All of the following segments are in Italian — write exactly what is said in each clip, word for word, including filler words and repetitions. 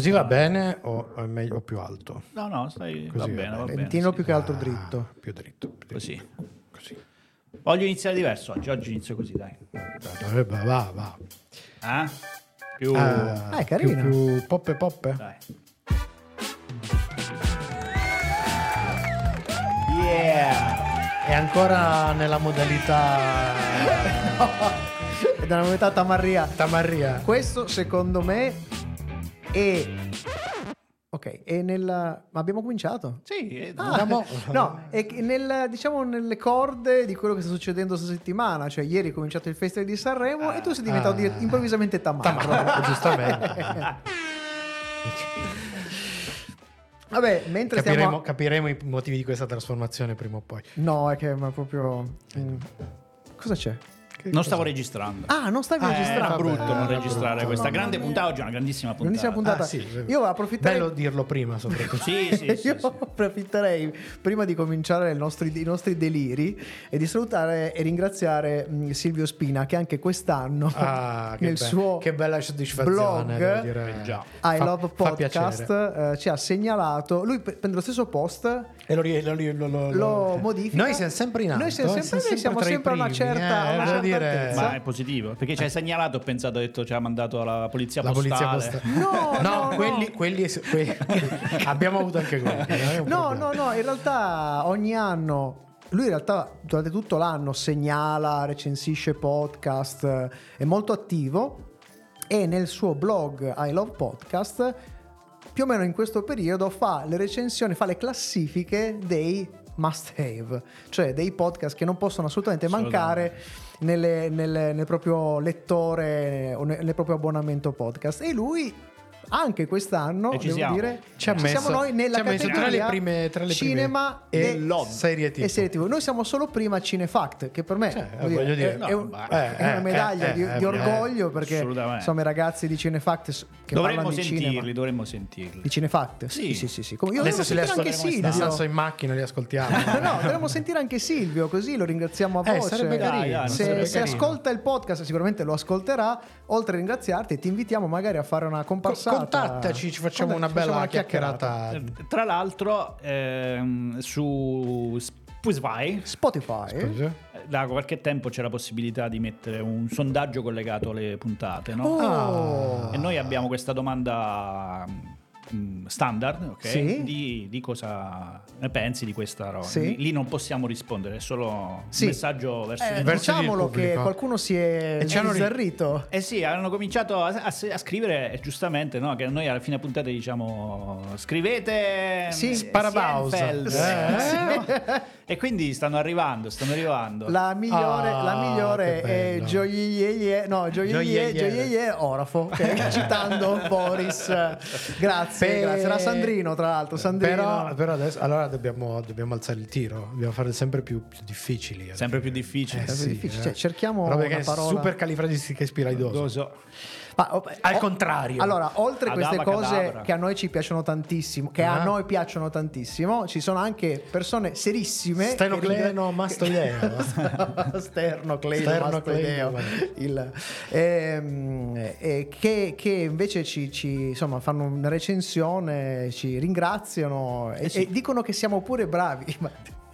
Così va bene o è meglio o più alto? No, no, stai, va Così bene, va va bene. bene. Tienilo sì. più che altro dritto. Più dritto. Più Così. Così. Voglio iniziare diverso oggi. Oggi inizio così, dai. Va, va, va. Eh? Più... Ah, Ah, è carina. Più, più poppe poppe? Dai. Yeah! È ancora nella modalità È della metà tamarria. tamarria. Questo secondo me è ok, è nella ma abbiamo cominciato? Sì, eh, Ah, Abbiamo- no, è che nel, diciamo nelle corde di quello che sta succedendo questa settimana, cioè ieri è cominciato il Festival di Sanremo e tu sei diventato Ah. di- improvvisamente tamarro. Tamarro, giustamente. Vabbè, mentre Capiremo, stiamo capiremo i motivi di questa trasformazione prima o poi. No, è che ma proprio mm, cosa c'è? Che non cosa- stavo registrando. Ah, non stavi Eh, registrando. era brutto vabbè, non era registrare brutto. questa Mamma grande mia. puntata oggi, è una grandissima puntata. Grandissima puntata. Ah, sì, Io approfitterei bello dirlo prima soprattutto. Sì, sì, sì, Io sì. approfitterei prima di cominciare i nostri, i nostri deliri e di salutare e ringraziare mh, Silvio Spina che anche quest'anno Ah, che, nel be- suo che bella soddisfazione, blog devo dire. Eh, già. I Fa- Love fa Podcast eh, ci ha segnalato, lui pre- prende lo stesso post, E lo, ri- lo, ri- lo, lo, lo modifica. Noi siamo sempre in alto. Noi siamo eh, sempre, noi siamo tra i sempre a una primi, certa, eh, a una voglio certa dire- altezza. Ma è positivo perché ci hai segnalato, ho pensato, ho detto ci ha mandato la polizia La polizia postale. postale. No, no, no. quelli, quelli, quelli- abbiamo avuto anche quelli. non è un No, problema. no, no, in realtà ogni anno lui in realtà durante tutto l'anno segnala, recensisce podcast, eh, è molto attivo e nel suo blog I Love Podcast più o meno in questo periodo fa le recensioni, fa le classifiche dei must have, cioè dei podcast che non possono assolutamente mancare nelle- nelle- nel proprio lettore o nel, nel proprio abbonamento podcast e lui anche quest'anno E ci devo siamo. dire Ci ha ci messo- siamo noi nella ci ha messo tra le categoria prime- tra le prime cinema e e, love. serie tivù. e serie tivù. Noi siamo solo prima Cinefact, che per me Cioè, voglio dire, voglio dire, è, no, è un- beh, è eh, una medaglia eh, di, eh, di eh, orgoglio perché assolutamente. insomma i ragazzi di Cinefact s- che Dovremmo parlano di sentirli, cinema dovremmo sentirli. di Cinefact Sì. sì sì sì, sì. Come io Adesso dovremmo se li sentire anche ascoltiamo Silvio nel senso in macchina li ascoltiamo. no, dovremmo sentire anche Silvio, così lo ringraziamo a Eh, voce. sarebbe carino, Dai, dai, se sarebbe se carino. ascolta il podcast, sicuramente lo ascolterà. Oltre a ringraziarti, ti invitiamo magari a fare una comparsata. Contattaci, ci facciamo una Contattaci, bella facciamo chiacchierata. Eh, Tra l'altro ehm, su Spotify Spotify. eh, da qualche tempo c'è la possibilità di mettere un sondaggio collegato alle puntate, no? Oh. E noi abbiamo questa domanda mm, standard, ok? Sì. Di, di cosa ne pensi di questa roba. Sì. Lì, lì non possiamo rispondere, è solo Sì. un messaggio verso Eh, di verso il diciamolo che pubblico. qualcuno si è E ci hanno ri- sbizzarrito. Eh sì, hanno cominciato a, a- a scrivere, e giustamente, no? Che noi alla fine puntata diciamo scrivete Sì, Sparabaus. Sienfeld. Eh. Sì. E quindi stanno arrivando, stanno arrivando. La migliore, Ah, la migliore che è bello. Gioiellier, no, Gioiellier, Gioiellier. Gioiellier Orafo, che citando Boris. Grazie, Beh, grazie. Era Sandrino, tra l'altro. Sandrino. Però, però adesso allora dobbiamo, dobbiamo alzare il tiro, dobbiamo fare sempre più, più difficili. Sempre più difficile. Eh, Sempre sì, difficile. eh. Cioè, cerchiamo Robe una che parola. super califragistica spiralidoso. Doso. Ma, oh, Al oh, contrario. Allora, oltre a queste Adava cose cadavra. che a noi ci piacciono tantissimo, che Ah. a noi piacciono tantissimo, ci sono anche persone serissime. che Stenocleno ringra- mastoideo. Sternocleido Sternocleido, mastoideo. Il, ehm, eh, che, che invece ci, ci, insomma, fanno una recensione, ci ringraziano e, Eh sì. e dicono che siamo pure bravi. Ma-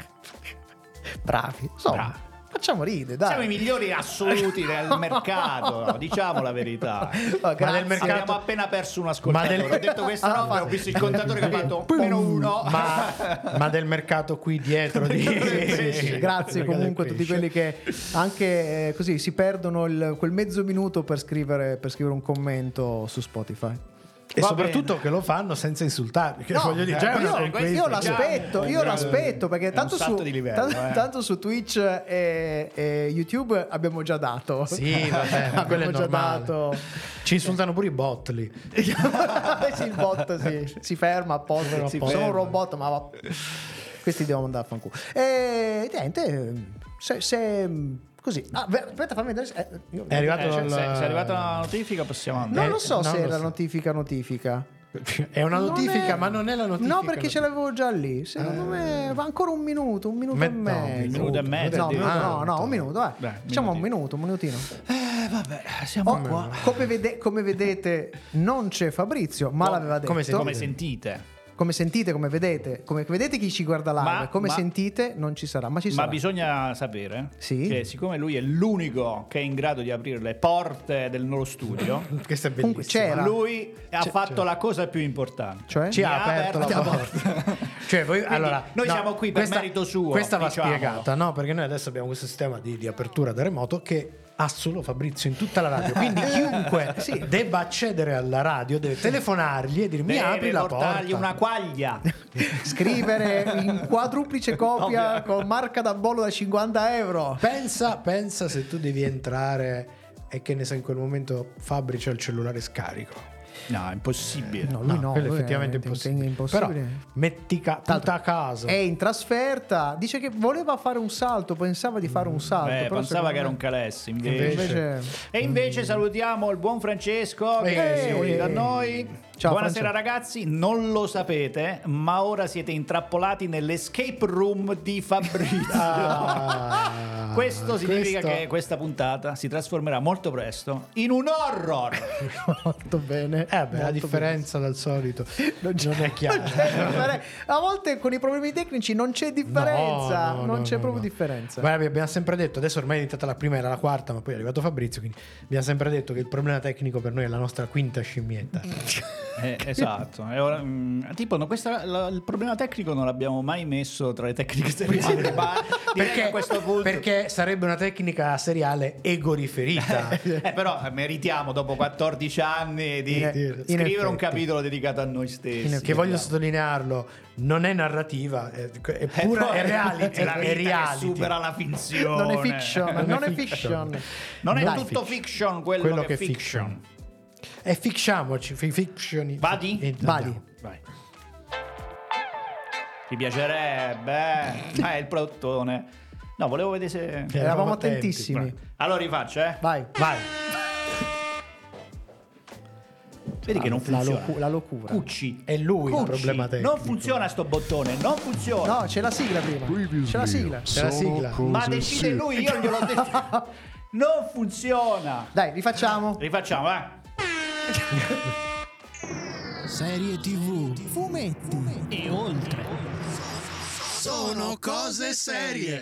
bravi, insomma, Bravi. facciamo ride, dai. Siamo i migliori assoluti del mercato, diciamo la verità. Ma grazie. del mercato- Abbiamo appena perso un ascoltatore. Ma del- Ho detto questa Ah, roba, fa- ho visto il contatore che ha fatto meno uno. ma, ma del mercato qui dietro di... Sì, grazie comunque a tutti quelli che anche eh, così si perdono il- quel mezzo minuto per scrivere, per scrivere un commento su Spotify. E Va soprattutto bene. che lo fanno senza insultarmi. Che No, voglio dire, già è io, una io conquista. l'aspetto, io Già, l'aspetto perché è un tanto su, salto di livello, tan- eh. tanto su Twitch e, e YouTube abbiamo già dato. Sì, vabbè, ma quello è abbiamo già normale. dato. Ci insultano pure i bot lì. Sì, il bot si, si ferma apposta. Ferma Sì, apposta. sono un robot, ma va. Questi devono andare a fanculo. E niente, se, se così. Ah, beh, aspetta, fammi vedere. eh, io- È arrivato Eh, cioè, il- se, se è arrivata la notifica possiamo andare. Non Eh, lo so non se lo era so. notifica notifica. È una Non notifica, è- ma non è la notifica. No, perché ce l'avevo già lì. Secondo Eh. me va ancora un minuto, un minuto Me- e no, mezzo. un minuto e mezzo, No, un addirittura. minuto, no, no, un minuto, eh. Beh, Diciamo un minuti. minuto, un minutino. Eh, vabbè, siamo Oh, qua. come, vede- come vedete, non c'è Fabrizio, ma No, l'aveva detto. come sentite? Come sentite? Come sentite, come vedete, come vedete chi ci guarda live, Ma- come ma- sentite, non ci sarà, ma ci Ma sarà. bisogna sapere Sì. che siccome lui è l'unico che è in grado di aprire le porte del loro studio, Questo è Comunque bellissimo. c'era. lui ha C'è- fatto c'è. la cosa più importante. Cioè? Ci ha aperto la porta. Cioè, voi, Quindi allora, noi no, siamo qui per questa- merito suo, Questa va diciamolo. spiegata, no? Perché noi adesso abbiamo questo sistema di, di apertura da remoto che ha solo Fabrizio in tutta la radio. Quindi chiunque debba accedere alla radio deve telefonargli e dirmi mi Deve apri la porta. portargli una quaglia. Scrivere in quadruplice copia con marca da bollo da cinquanta euro. Pensa, pensa se tu devi entrare e che ne sai in quel momento Fabri c'ha il cellulare scarico. No, è impossibile. No, lui no, quello lui effettivamente è è impossibile. impossibile. Però metti ca- tutta a caso. È in trasferta, dice che voleva fare un salto, pensava di fare un salto. Beh, però pensava che era un secondo calesse, me- invece. invece... E invece salutiamo il buon Francesco che Eh, si è unito a eh, noi. ciao, Buonasera Francesco. ragazzi, non lo sapete, ma ora siete intrappolati nell'escape room di Fabrizio. Ah, Questo significa questo- che questa puntata si trasformerà molto presto in un horror. Molto bene. Eh beh, la molto differenza dal solito non, bene. è chiara. Non c'è differenza. A volte con i problemi tecnici non c'è differenza, No, no, non no, c'è no, proprio no. differenza. Guarda, abbiamo sempre detto, adesso ormai è iniziata la prima, era la quarta, ma poi è arrivato Fabrizio, quindi abbiamo sempre detto che il problema tecnico per noi è la nostra quinta scimmietta. Eh, esatto. E ora, mm, tipo, no, questa, la- il problema tecnico non l'abbiamo mai messo tra le tecniche seriali. ma direi che Perché, a questo punto. perché sarebbe una tecnica seriale ego-riferita. Eh, però meritiamo dopo quattordici anni di In- scrivere in un effetti. capitolo dedicato a noi stessi. che voglio Vediamo. sottolinearlo, non è narrativa, è, è Eh, pura, poi è reality, è la è vita che reality. supera la finzione. Non è fiction, Non è non è fiction. fiction. Non è Dai, tutto fiction, quello, quello che è che è fiction. E ficciamoci, fi- fiction. Vadi? Eh, Vadi. andiamo. Vai. Ti piacerebbe? Eh, il prodottone. No, volevo vedere se. Eh, Eravamo attenti. attentissimi. Allora rifaccio, eh. Vai. Vai. Vedi che non La, funziona. locu- la locura. Cucci. È lui il Cucci. problema tecnico. Non funziona sto bottone, non funziona. No, c'è la sigla prima. C'è la sigla. C'è la sigla. Ma decide lui, io gliel'ho detto. Non funziona. Dai, rifacciamo. Rifacciamo, eh. Serie tivù. Fumetti. E oltre. Sono cose serie.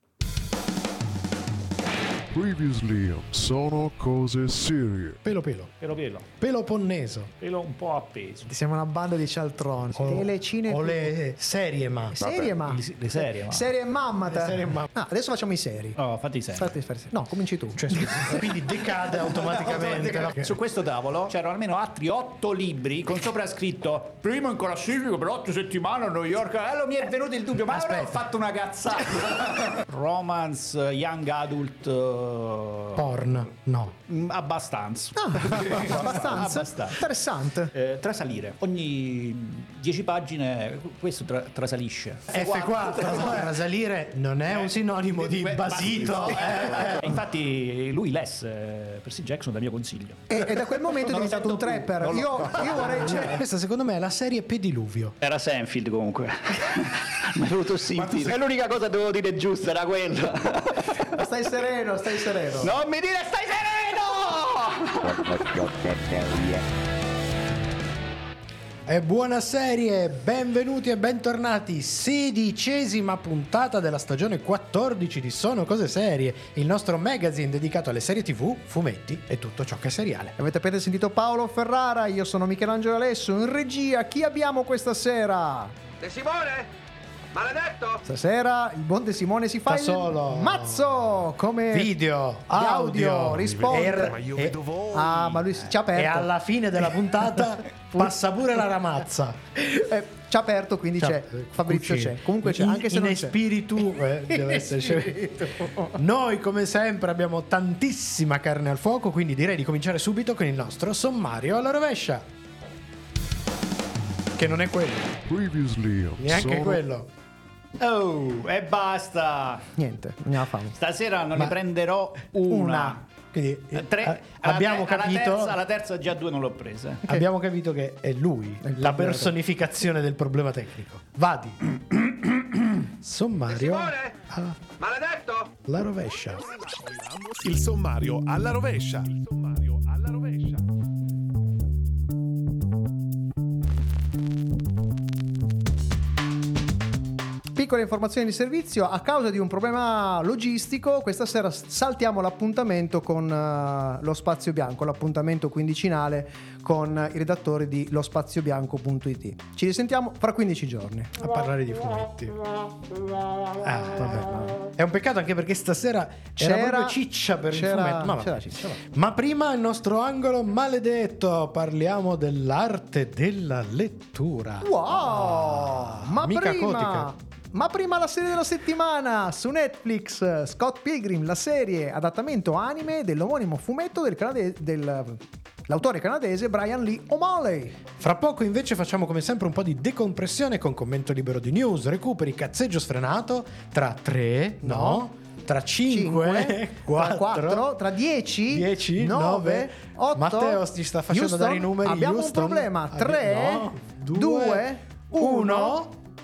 Previously on Sono Cose Serie. Pelo pelo. Pelo pelo. Pelo ponneso. Pelo un po' appeso. Siamo una banda di cialtroni. O, E le cine. o le serie ma. Serie ma. Le, le serie, ma. Serie mammata. Le serie ma- Ah, adesso facciamo i seri. Oh, fatti i serie. Fatti- fatti- No, cominci tu. Cioè, scusa, quindi decade automaticamente. no? Su questo tavolo c'erano almeno altri otto libri con sopra scritto primo in classifica per otto settimane a New York. Allora mi è venuto il dubbio, ma avrei fatto una cazzata. Romance, young adult, eh, Porn, no. mm, abbastanza. Ah, abbastanza. Abbastanza. Interessante. Eh, trasalire. Ogni dieci pagine questo tra- trasalisce. F quattro, trasalire non è un sinonimo di Beh, basito. basito, eh, eh. Infatti lui lesse Percy Jackson da mio consiglio. E, e da quel momento è Non lo diventato un sento più, trapper. non lo- Io, io vorrei. Cioè, Questa secondo me è la serie Pediluvio. Era Senfield comunque. Mi è venuto Senfield. È l'unica cosa che dovevo dire giusta, era quella. stai sereno, stai sereno. Non mi dire stai sereno! E buona serie, benvenuti e bentornati, sedicesima puntata della stagione quattordici di Sono Cose Serie, il nostro magazine dedicato alle serie tv, fumetti e tutto ciò che è seriale. Avete appena sentito Paolo Ferrara, io sono Michelangelo Alesso, in regia chi abbiamo questa sera? De Simone? Maledetto? Stasera il buon De Simone si fa Da il solo. mazzo come Video, di audio, audio, risponde. e, e- Ah, ma lui ci ha aperto. e alla fine della puntata passa pure la ramazza. Eh, ci ha aperto, quindi c'è. Fabrizio Cucina. c'è. Comunque c'è, in, anche se in non c'è. spiritu eh, deve esserci. Noi come sempre abbiamo tantissima carne al fuoco, quindi direi di cominciare subito con il nostro sommario alla rovescia, che non è quello, Previously on neanche Sono quello. Oh, e basta. Niente, non ne la famo. Stasera non Ma- ne prenderò una. Una. Quindi Eh, tre- eh, alla abbiamo te- alla capito terza, alla terza già due non l'ho presa. abbiamo capito che è lui il la problema. personificazione del problema tecnico. Vadi. Sommario Simone? alla Maledetto! rovescia. Il sommario alla rovescia. Il sommario alla rovescia. Piccola informazione di servizio: a causa di un problema logistico questa sera saltiamo l'appuntamento con uh, Lo Spazio Bianco, l'appuntamento quindicinale con i redattori di lo spazio bianco punto it. Ci risentiamo fra quindici giorni A parlare di fumetti. Ah, vabbè. È un peccato anche perché stasera C'era- era proprio ciccia per il c'era- fumetto. Ma, vabbè. c'era ciccia, vabbè. Ma prima il nostro angolo maledetto. Parliamo dell'arte della lettura. Wow! Ma mica prima, cotica. ma prima la serie della settimana su Netflix, Scott Pilgrim, la serie adattamento anime dell'omonimo fumetto del canade- del- l'autore canadese Brian Lee O'Malley. Fra poco invece facciamo come sempre un po' di decompressione con commento libero di news, recuperi, cazzeggio sfrenato tra tre, no, tra cinque, tra quattro, tra dieci, dieci, nove, nove, otto. Matteo ci sta facendo Houston, dare i numeri. abbiamo Houston. un problema. Abbi- tre, no, due, uno.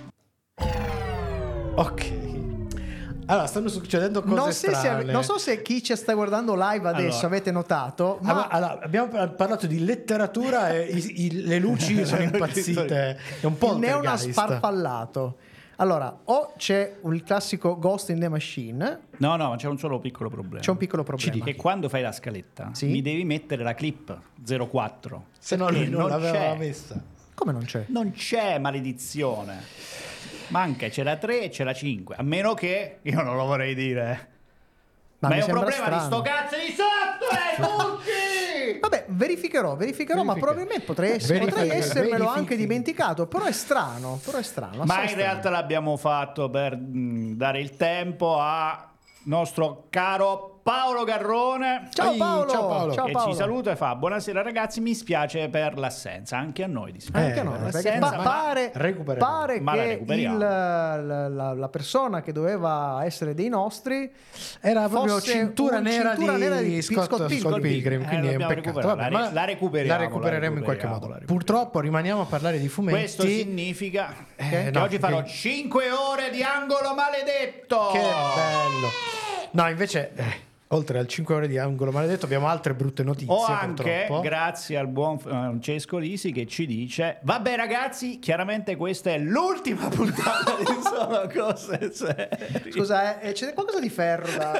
Ok. Allora, stanno succedendo cose Non, se- se- strane. non so se chi ci sta guardando live adesso Allora. avete notato, ma Allora, allora, abbiamo par- parlato di letteratura e i- i- le luci sono impazzite. È un po' il neon ha poltergeist. sfarfallato. Allora, o c'è il classico Ghost in the Machine, No, no, ma c'è un solo piccolo problema. c'è un piccolo problema. Che quando fai la scaletta Sì? mi devi mettere la clip zero quattro. Se no Perché lui non, l'aveva c'è. messa. Come non c'è? Non c'è, maledizione. Manca, c'è la tre e c'è la cinque. A meno che, io non lo vorrei dire, Ma ma, mi è un sembra problema di strano. sto cazzo di software, tutti! Vabbè, verificherò, verificherò, ma Verifica. probabilmente potrei, essere, Verifica, potrei essermelo verifichi. anche dimenticato, però è strano, però è strano. assai Ma in strano. realtà l'abbiamo fatto per mh, dare il tempo a nostro caro Paolo Garrone. Ciao Ehi, Paolo, ciao Paolo. ciao che Paolo. ci saluta e fa: buonasera ragazzi, mi spiace per l'assenza, anche a noi dispiace. Anche Eh, a noi, perché senza- pa- ma- pare, recupereremo. pare Ma la che recuperiamo. il- la, la- la persona che doveva essere dei nostri Era proprio fosse cintura un nera, cintura di, nera di Scott, Scott Pilgrim. Scott Pilgrim, Eh, quindi è un dobbiamo peccato. recuperarla. Vabbè, La ma ri- la recuperiamo, la recuperiamo in la qualche recuperiamo, modo. la recuperiamo. Purtroppo rimaniamo a parlare di fumetti. Questo significa Eh, che no, oggi farò che- cinque ore di angolo maledetto. Che bello. No, invece, eh, oltre al cinque ore di angolo maledetto, abbiamo altre brutte notizie. O anche purtroppo. grazie al buon Francesco Lisi che ci dice: vabbè ragazzi, chiaramente questa è l'ultima puntata di Sono Cose Serie. Scusa, eh, c'è qualcosa di ferro da...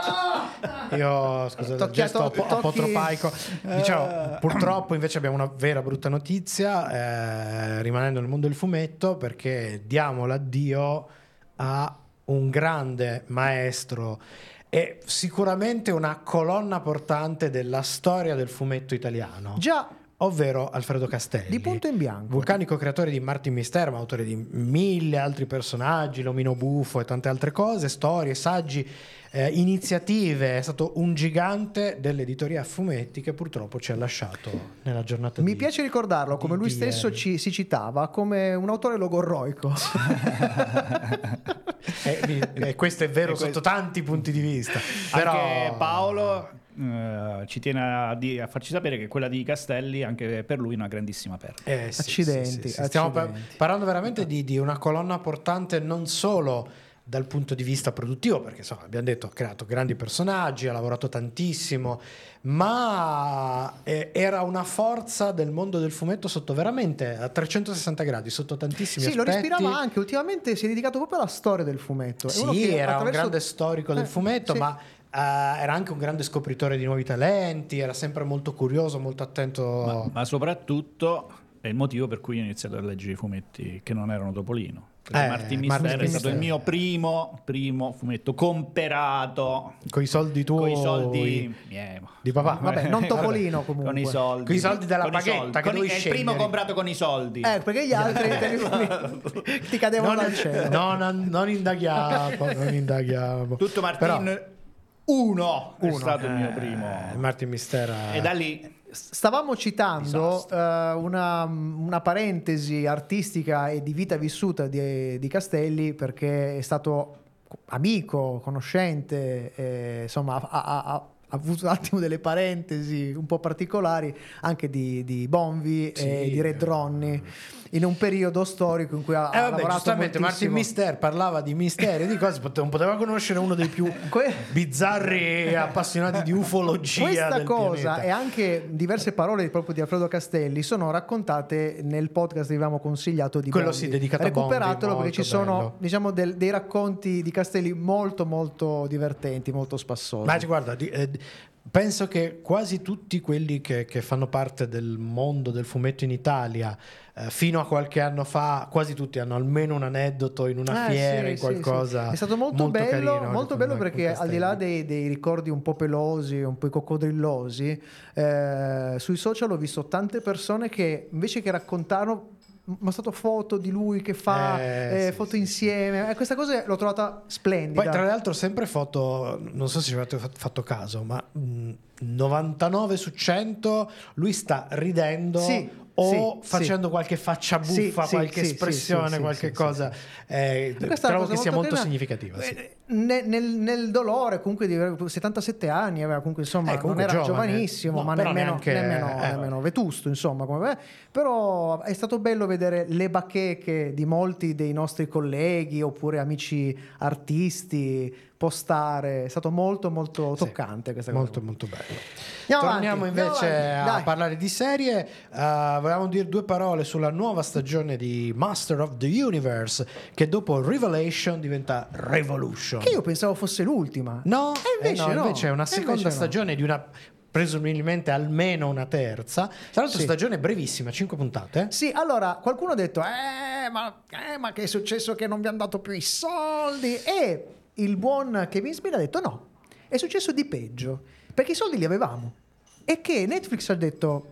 Io, scusate, Tocchi- gesto tocchi- apo- apotropaico. Eh. Diciamo, purtroppo invece abbiamo una vera brutta notizia, eh, rimanendo nel mondo del fumetto, perché diamo l'addio a un grande maestro e sicuramente una colonna portante della storia del fumetto italiano. Già, Ovvero Alfredo Castelli. di punto in bianco. Vulcanico creatore di Martin Mister, ma autore di mille altri personaggi, l'omino buffo e tante altre cose, storie, saggi, eh, iniziative. È stato un gigante dell'editoria a fumetti che purtroppo ci ha lasciato nella giornata Mi di... piace ricordarlo, come di- lui di stesso ieri. ci, si citava, come un autore logorroico. E, mi- e questo è vero E questo- sotto tanti punti di vista. Però... Anche Paolo eh, ci tiene a, di- a farci sapere che quella di Castelli anche per lui è una grandissima perla. Eh, sì, Accidenti, sì, sì, sì. Stiamo par- accidenti. parlando veramente di, di una colonna portante non solo dal punto di vista produttivo, perché insomma, abbiamo detto ha creato grandi personaggi, ha lavorato tantissimo, ma eh, era una forza del mondo del fumetto sotto veramente a trecentosessanta gradi, sotto tantissimi Sì, lo aspetti. respirava anche. Ultimamente si è dedicato proprio alla storia del fumetto. È uno Sì, che era attraverso- un grande storico del Eh, fumetto, sì. ma eh, era anche un grande scopritore di nuovi talenti, era sempre molto curioso, molto attento. Ma, ma soprattutto è il motivo per cui ho iniziato a leggere i fumetti che non erano Topolino. Perché Eh, Martin Martin Mister è stato Mister. il mio primo, primo fumetto comperato Con i soldi tuoi, con i soldi miei. di papà. Vabbè, non Topolino comunque. Con i soldi, Con i soldi della con i paghetta soldi. che Con i- dovevi è il primo scegliere. comprato con i soldi. Eh, perché gli altri te li- ti cadevano non, dal cielo. non, non indaghiamo, non indaghiamo. Tutto Martin Però, uno è Uno. stato il mio eh, primo. Martin Mistera. E da lì Stavamo citando eh, una, una parentesi artistica e di vita vissuta di, di Castelli, perché è stato amico, conoscente, eh, insomma ha, ha- ha- avuto un attimo delle parentesi un po' particolari anche di, di Bonvi Sì. e di Red Ronnie in un periodo storico in cui ha, Eh ha vabbè, lavorato giustamente Martin moltissimo. Mister parlava di misteri e di cose, pote- non poteva conoscere uno dei più Que- bizzarri appassionati di ufologia Questa del cosa pianeta. e anche diverse parole proprio di Alfredo Castelli sono raccontate nel podcast che avevamo consigliato di Quello Bonvi. sì, dedicato a Bonvi, Recuperatelo perché ci molto sono bello. diciamo del- dei racconti di Castelli molto molto divertenti, molto spassosi. Ma guarda, di- eh, penso che quasi tutti quelli che, che fanno parte del mondo del fumetto in Italia eh, fino a qualche anno fa, quasi tutti hanno almeno un aneddoto in una Eh, fiera, sì, in sì, qualcosa. sì. È stato molto, bello, carino, molto con- bello con perché al di là Castelli. dei, dei ricordi un po' pelosi, un po' coccodrillosi, eh, sui social ho visto tante persone che invece che raccontano mi ha stato foto di lui che fa Eh, eh, sì, foto sì, insieme. Eh, questa cosa l'ho trovata splendida. Poi tra l'altro sempre foto, non so se ci avete fat- fatto caso, ma mh, novantanove su cento lui sta ridendo Sì, o sì, facendo sì. qualche faccia Sì, buffa, sì, qualche sì, espressione, sì, sì, qualche sì, cosa. sì, Eh, Questa è una trovo cosa che sia molto carina. significativa. Sì. Eh, ne- Nel, nel dolore, comunque, di settantasette anni, aveva comunque, insomma, Eh, comunque non era giovane. giovanissimo, No, ma però nemmeno, neanche- nemmeno, eh, nemmeno vetusto, insomma. Come me. Però è stato bello vedere le bacheche di molti dei nostri colleghi oppure amici artisti postare. È stato molto, molto Sì, toccante questa molto cosa. molto bello. Andiamo Torniamo avanti, invece andiamo avanti, a dai. parlare di serie. Uh, volevamo dire due parole sulla nuova stagione di Master of the Universe, che dopo Revelation diventa Revolution. Che io pensavo fosse l'ultima. No, E invece eh no, no. invece è una E seconda invece no. stagione di una presumibilmente almeno una terza. Tra l'altro Sì. stagione brevissima, cinque puntate. Sì, allora qualcuno ha detto: eh ma, eh, ma che è successo che non vi hanno dato più i soldi? E il buon Kevin Smith ha detto: no, è successo di peggio, perché i soldi li avevamo. E che Netflix ha detto: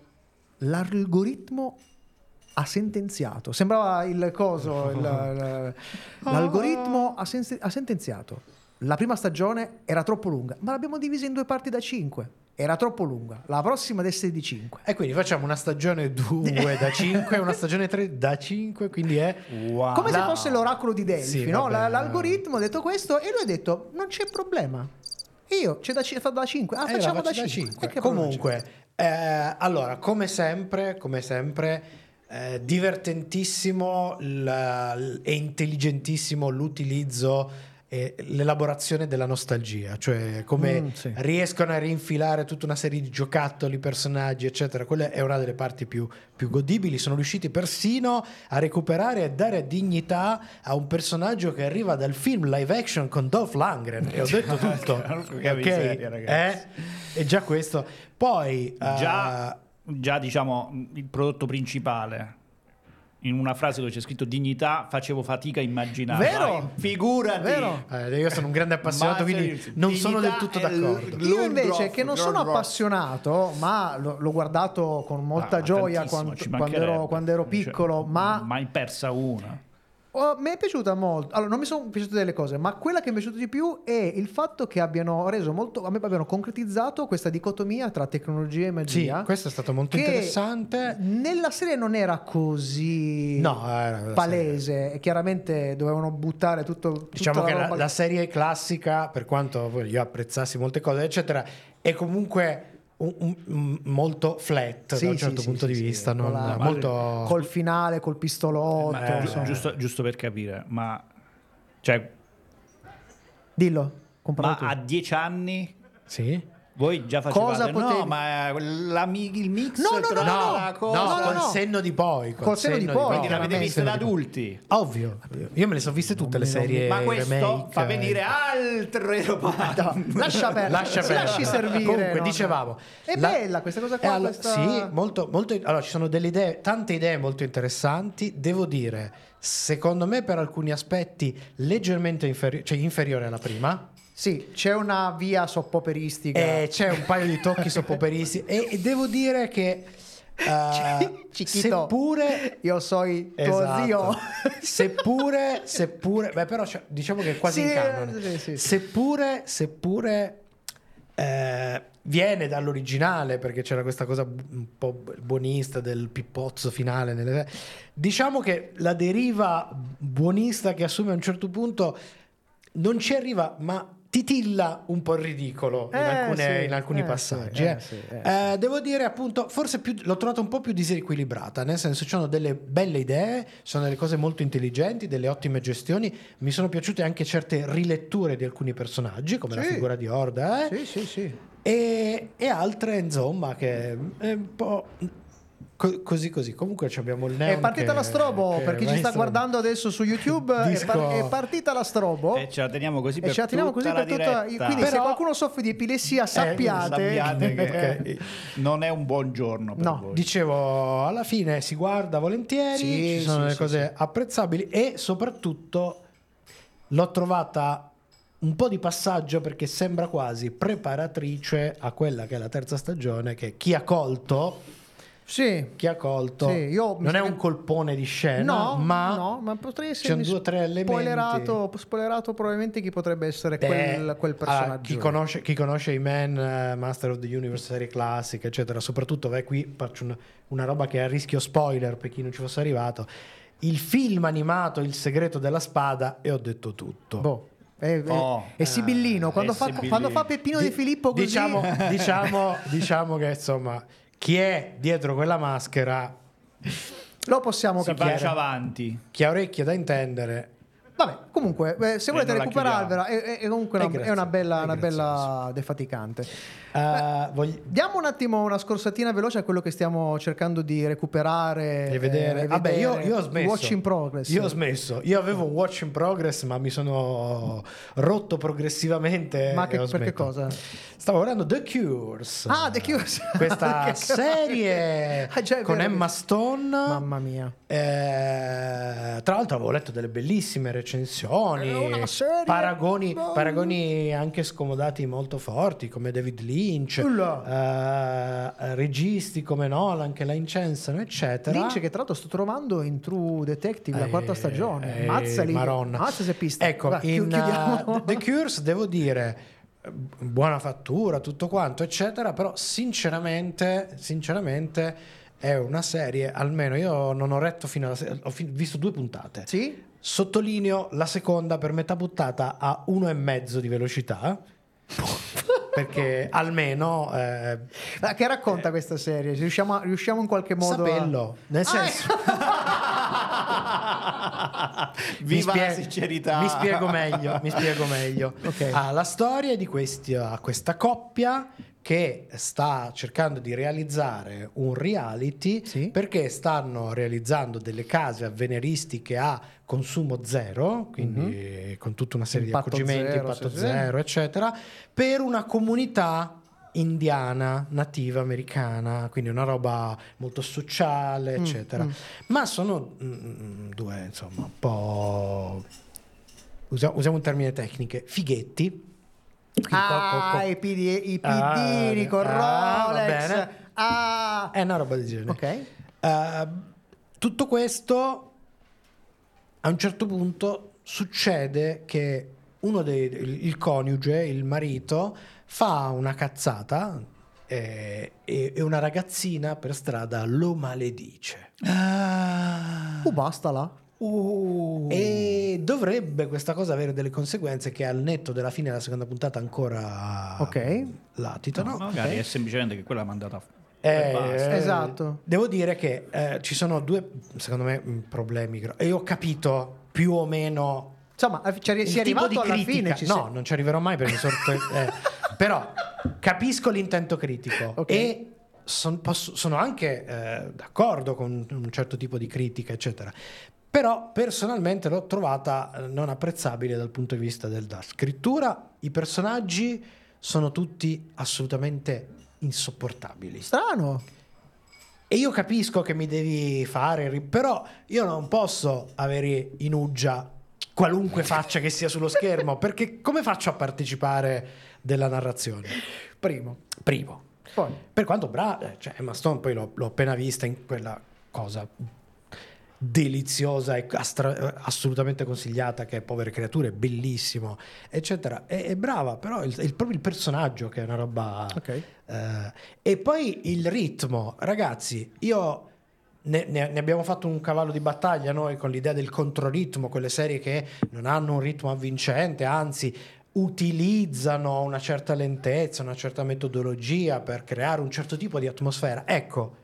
l'algoritmo ha sentenziato. Sembrava il coso, il- il- l'algoritmo ha, sen- ha sentenziato. La prima stagione era troppo lunga, ma l'abbiamo divisa in due parti da cinque. Era troppo lunga. La prossima deve essere di cinque. E quindi facciamo una stagione due da cinque e una stagione tre da cinque, quindi è Wow. Come se La- fosse l'oracolo di Delfi, Sì, no? vabbè. La- L'algoritmo ha detto questo e lui ha detto: non c'è problema. Io c'è da, c- fa da cinque. Ah, Eh, la facciamo faccio da da cinque. cinque. E che problema c'è? Comunque, eh, allora, come sempre, come sempre, eh, divertentissimo l- l- e intelligentissimo l'utilizzo e l'elaborazione della nostalgia, cioè come Mm, sì. riescono a rinfilare tutta una serie di giocattoli, personaggi, eccetera. Quella è una delle parti più, più godibili. Sono riusciti persino a recuperare e dare dignità a un personaggio che arriva dal film live action con Dolph Lundgren. E ho detto tutto. Che Ok? miseria, ragazzi. Eh? E già questo. Poi Già, eh, già diciamo il prodotto principale. In una frase dove c'è scritto dignità, facevo fatica a immaginare. Vero? Vai, figurati. Vero? eh, io sono un grande appassionato, Ma quindi sì, non sono del dignità tutto è l- d'accordo. Io invece, Lundroth, che non sono Lundroth. appassionato, ma l'ho, l'ho guardato con molta Ah, gioia tantissimo, quando, ci quando mancherebbe. ero, quando ero Cioè, piccolo, ma mai persa una. oh, mi è piaciuta molto. Allora, non mi sono piaciute delle cose, ma quella che mi è piaciuta di più è il fatto che abbiano reso molto, a me abbiano concretizzato questa dicotomia tra tecnologia e Sì, magia. questo è stato molto che interessante. Nella serie non era così No, era la palese e chiaramente dovevano buttare tutto. Diciamo tutta che la, roba- la serie classica, per quanto poi io apprezzassi molte cose, eccetera, è comunque un- un- un- molto flat Sì, da un sì, certo sì, punto sì, di sì, vista, con non- la- molto col finale, col pistolotto. Ma, Eh, insomma. giusto, giusto per capire, ma cioè, Dillo, compralo ma tu. a dieci anni sì. voi già facevate Cosa no, potevi- ma la, mi- il mix No, no, no, tra no, la no. cosa No, no, col no. senno di poi, col, Col senno di poi, quindi l'avete chiaramente. vista da Senno di poi. adulti. Ovvio, io me le sono viste tutte le serie. Ma questo remake, fa eh. venire altre roba. No, lascia perdere, Lascia si perdere. lasci servire. Comunque, no? dicevamo, È la- bella questa cosa qua. Eh, allora, questa- Sì, molto, molto. Allora, ci sono delle idee, tante idee molto interessanti. Devo dire, secondo me, per alcuni aspetti, leggermente inferi- cioè inferiore alla prima. Sì, c'è una via soppoperistica. E c'è un paio di tocchi soppoperisti. e, e devo dire che. eh, Chiquito, seppure io so tuo Esatto. zio. seppure seppure beh però cioè, diciamo che è quasi Sì, in canone. sì, sì, sì. seppure seppure eh, viene dall'originale, perché c'era questa cosa bu- un po' buonista del pippozzo finale nelle- diciamo che la deriva buonista che assume a un certo punto non ci arriva, ma titilla un po' il ridicolo in, Eh, alcune- sì, in alcuni eh, passaggi. sì, eh. eh, sì, eh, Eh, devo dire appunto, forse più, l'ho trovata un po' più disequilibrata, nel senso ci sono delle belle idee, sono delle cose molto intelligenti, delle ottime gestioni, mi sono piaciute anche certe riletture di alcuni personaggi, come la Sì. figura di Horda, eh, Sì, sì, sì. e, e altre insomma che è un po' co- così così. Comunque ci abbiamo il neon È partita che- la strobo, che per chi va ci in sta strobo. guardando adesso su YouTube, è, Disco- par- è partita la strobo. E ce la teniamo così per E ce la teniamo così tutta per la tutta. diretta. Quindi, se Però- qualcuno soffre di epilessia, sappiate, Sappiate che Ok. non è un buon giorno per No, voi. Dicevo, alla fine si guarda volentieri, Sì, ci sono sì, delle sì, cose apprezzabili e soprattutto l'ho trovata un po' di passaggio perché sembra quasi preparatrice a quella che è la terza stagione, che chi ha colto, sì. chi ha colto Sì, io mi non sa è che- un colpone di scena, No, ma, no, ma potrei ci sono essere due o tre elementi. spoilerato, spoilerato probabilmente chi potrebbe essere Beh, quel, quel ah, personaggio. chi, conosce, chi conosce i Man, eh, Master of the Universe, serie classiche, eccetera, soprattutto vai qui, faccio una, una roba che è a rischio spoiler per chi non ci fosse arrivato. Il film animato Il segreto della spada, e ho detto tutto. Boh, è, è- Oh, è sibillino. Quando, è fa, sibillino. quando fa Peppino Di- De Filippo così, diciamo, diciamo, diciamo che insomma chi è dietro quella maschera, lo possiamo si capire. faccia avanti. chi ha orecchie da intendere. Vabbè, comunque, eh, se volete non la recuperarvela, è, è- è comunque È una, è grazioso, una bella, è una bella grazioso. defaticante. Eh, voglio- Diamo un attimo una scorsatina veloce a quello che stiamo cercando di recuperare e vedere. eh, Vabbè, io, vedere. io ho smesso. Watch in progress. Io ho smesso. Io avevo un watch in progress, ma mi sono rotto progressivamente. Ma e che, ho per che smetto. cosa? Stavo guardando The Cures. Ah, The Cures. Questa Che- serie Ah, già, è con vero Emma che- Stone. Mamma mia. Eh, tra l'altro avevo letto delle bellissime recensioni, È una serie- paragoni, no. paragoni anche scomodati molto forti come David Lynch, Ulla. eh, registi come Nolan che la incensano, eccetera. Lynch che tra l'altro sto trovando in True Detective la Eh, quarta stagione. eh, Mazza lì. Maronna. Mazza se pista. Ecco, Va, chi- in chiudiamo. uh, The Cures devo dire eh, buona fattura, tutto quanto, eccetera, però sinceramente, sinceramente è una serie, almeno io non ho retto fino alla se- ho fi- visto due puntate. Sì? Sottolineo la seconda per metà puntata a uno e mezzo di velocità. Perché almeno eh, Ma che racconta questa serie? Riusciamo, a- riusciamo in qualche modo a- sapello, nel senso Viva Mi la spie- sincerità. Mi spiego meglio, mi spiego meglio. Ok. Ah, la storia è di questi, questa coppia che sta cercando di realizzare un reality Sì. perché stanno realizzando delle case avveniristiche a consumo zero, quindi con tutta una serie Impatto di accorgimenti, zero, impatto sì, sì. zero, eccetera, per una comunità indiana nativa americana, quindi una roba molto sociale, eccetera. mm. Ma sono mm, due, insomma, un po', usa- usiamo un termine tecnico, fighetti. Quindi Ah, co- co- co- i, pidi- i Ah, pidini con ah, va Rolex. bene. Ah, È una roba del genere. ok. Eh, tutto questo a un certo punto succede che uno dei il, il coniuge, il marito, fa una cazzata eh, e, e una ragazzina per strada lo maledice. Uh, basta là. E dovrebbe questa cosa avere delle conseguenze che al netto della fine della seconda puntata ancora Ok. latitano. Magari Ok. è semplicemente che quella l'ha mandata. Eh, basta. Esatto. Devo dire che eh, ci sono due, secondo me, mh, problemi. gro- E io ho capito più o meno Insomma, ci è il si è tipo arrivato di alla critica. fine. Ci no, sei- non ci arriverò mai perché mi sorto. eh, però capisco l'intento critico Ok. e son- posso- sono anche eh, d'accordo con un certo tipo di critica, eccetera. Però personalmente l'ho trovata eh, non apprezzabile dal punto di vista della scrittura. I personaggi sono tutti assolutamente insopportabili. Strano. E io capisco che mi devi fare, ri- però io non posso avere in uggia qualunque faccia che sia sullo schermo, perché come faccio a partecipare della narrazione? Primo. Primo. Poi. Per quanto brava, cioè Emma Stone poi l'ho, l'ho appena vista in quella cosa deliziosa e astra- assolutamente consigliata che è Povere Creature, bellissimo, eccetera. È, è brava, però è il, è proprio il personaggio che è una roba... Ok. eh, e poi il ritmo, ragazzi, io ne, ne- ne abbiamo fatto un cavallo di battaglia noi con l'idea del controritmo, quelle serie che non hanno un ritmo avvincente, anzi utilizzano una certa lentezza, una certa metodologia per creare un certo tipo di atmosfera. Ecco,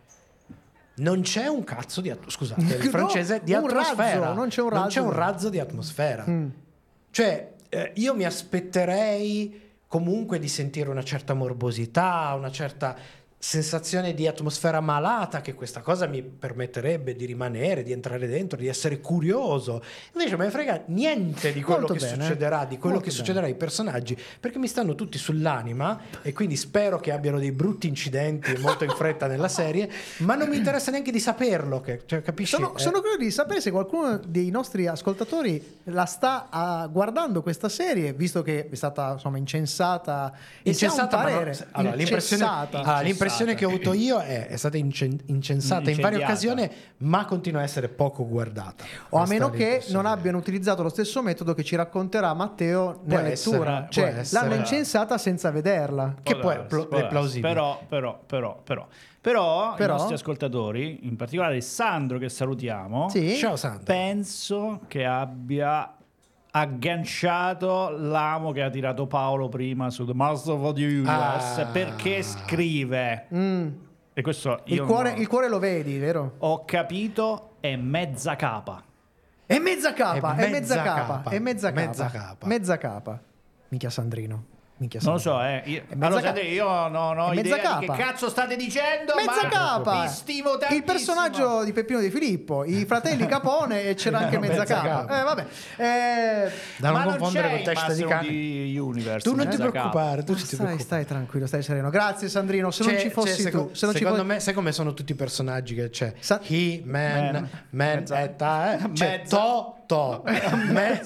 non c'è un cazzo di at- scusate il No, francese di un atmosfera. razzo, non c'è un razzo. Non c'è un razzo di atmosfera. Mm. Cioè, eh, io mi aspetterei comunque di sentire una certa morbosità, una certa sensazione di atmosfera malata, che questa cosa mi permetterebbe di rimanere, di entrare dentro, di essere curioso. Invece me ne frega niente di quello Molto che bene. succederà, di quello Molto che bene. succederà ai personaggi, perché mi stanno tutti sull'anima e quindi spero che abbiano dei brutti incidenti molto in fretta nella serie, ma non mi interessa neanche di saperlo, che, cioè, capisci? Sono, Eh, sono curioso di sapere se qualcuno dei nostri ascoltatori la sta ah, guardando questa serie, visto che è stata insomma incensata. E se ha un incensata, ma non- parere. allora, l'impressione, Incensata. allora, l'impressione che ho avuto io è, è stata incen- incensata in varie Incendiata. occasioni, ma continua a essere poco guardata. O a Questa meno è che l'impressione. non abbiano utilizzato lo stesso metodo che ci racconterà Matteo nella essere, lettura. può Cioè, essere. l'hanno incensata senza vederla. Che Può poi è darsi, pl- può è darsi. plausibile. Però, però, però, però, però, Però? i nostri ascoltatori, in particolare Sandro che salutiamo, Sì. Ciao Sandro. penso che abbia agganciato l'amo che ha tirato Paolo prima su The Master of the Universe, Ah. perché scrive, Mm. e questo Il, io cuore, no- il cuore lo vedi, vero? ho capito, è mezza capa. È mezza capa, È è mezza mezza capa, capa, è mezza capa. mezza capa. Mezza capa. Minchia Sandrino. Minchia Non lo Sandrino. so, eh. Io, È mezza allora, capa. sentite, io non ho È mezza idea di capa. che cazzo state dicendo, Mezza ma capa. vi stimo tantissimo. Il personaggio di Peppino De Filippo, i fratelli Capone e c'era anche mezza, Mezza capa. capa. Eh, vabbè. Eh, Da non Ma non confondere c'è con il testa di Master cane. di Universe, Tu non ti mezza capa. preoccupare, tu ma ti stai, preoccupare. stai tranquillo, stai sereno. Grazie Sandrino, se non C'è- ci fossi c'è, tu, seco- se non ci secondo fossi me, sai come sono tutti i personaggi che c'è? Sa- He, man, Man. man, Mezza. e ta, eh. C'è Mezza. to, to. Me-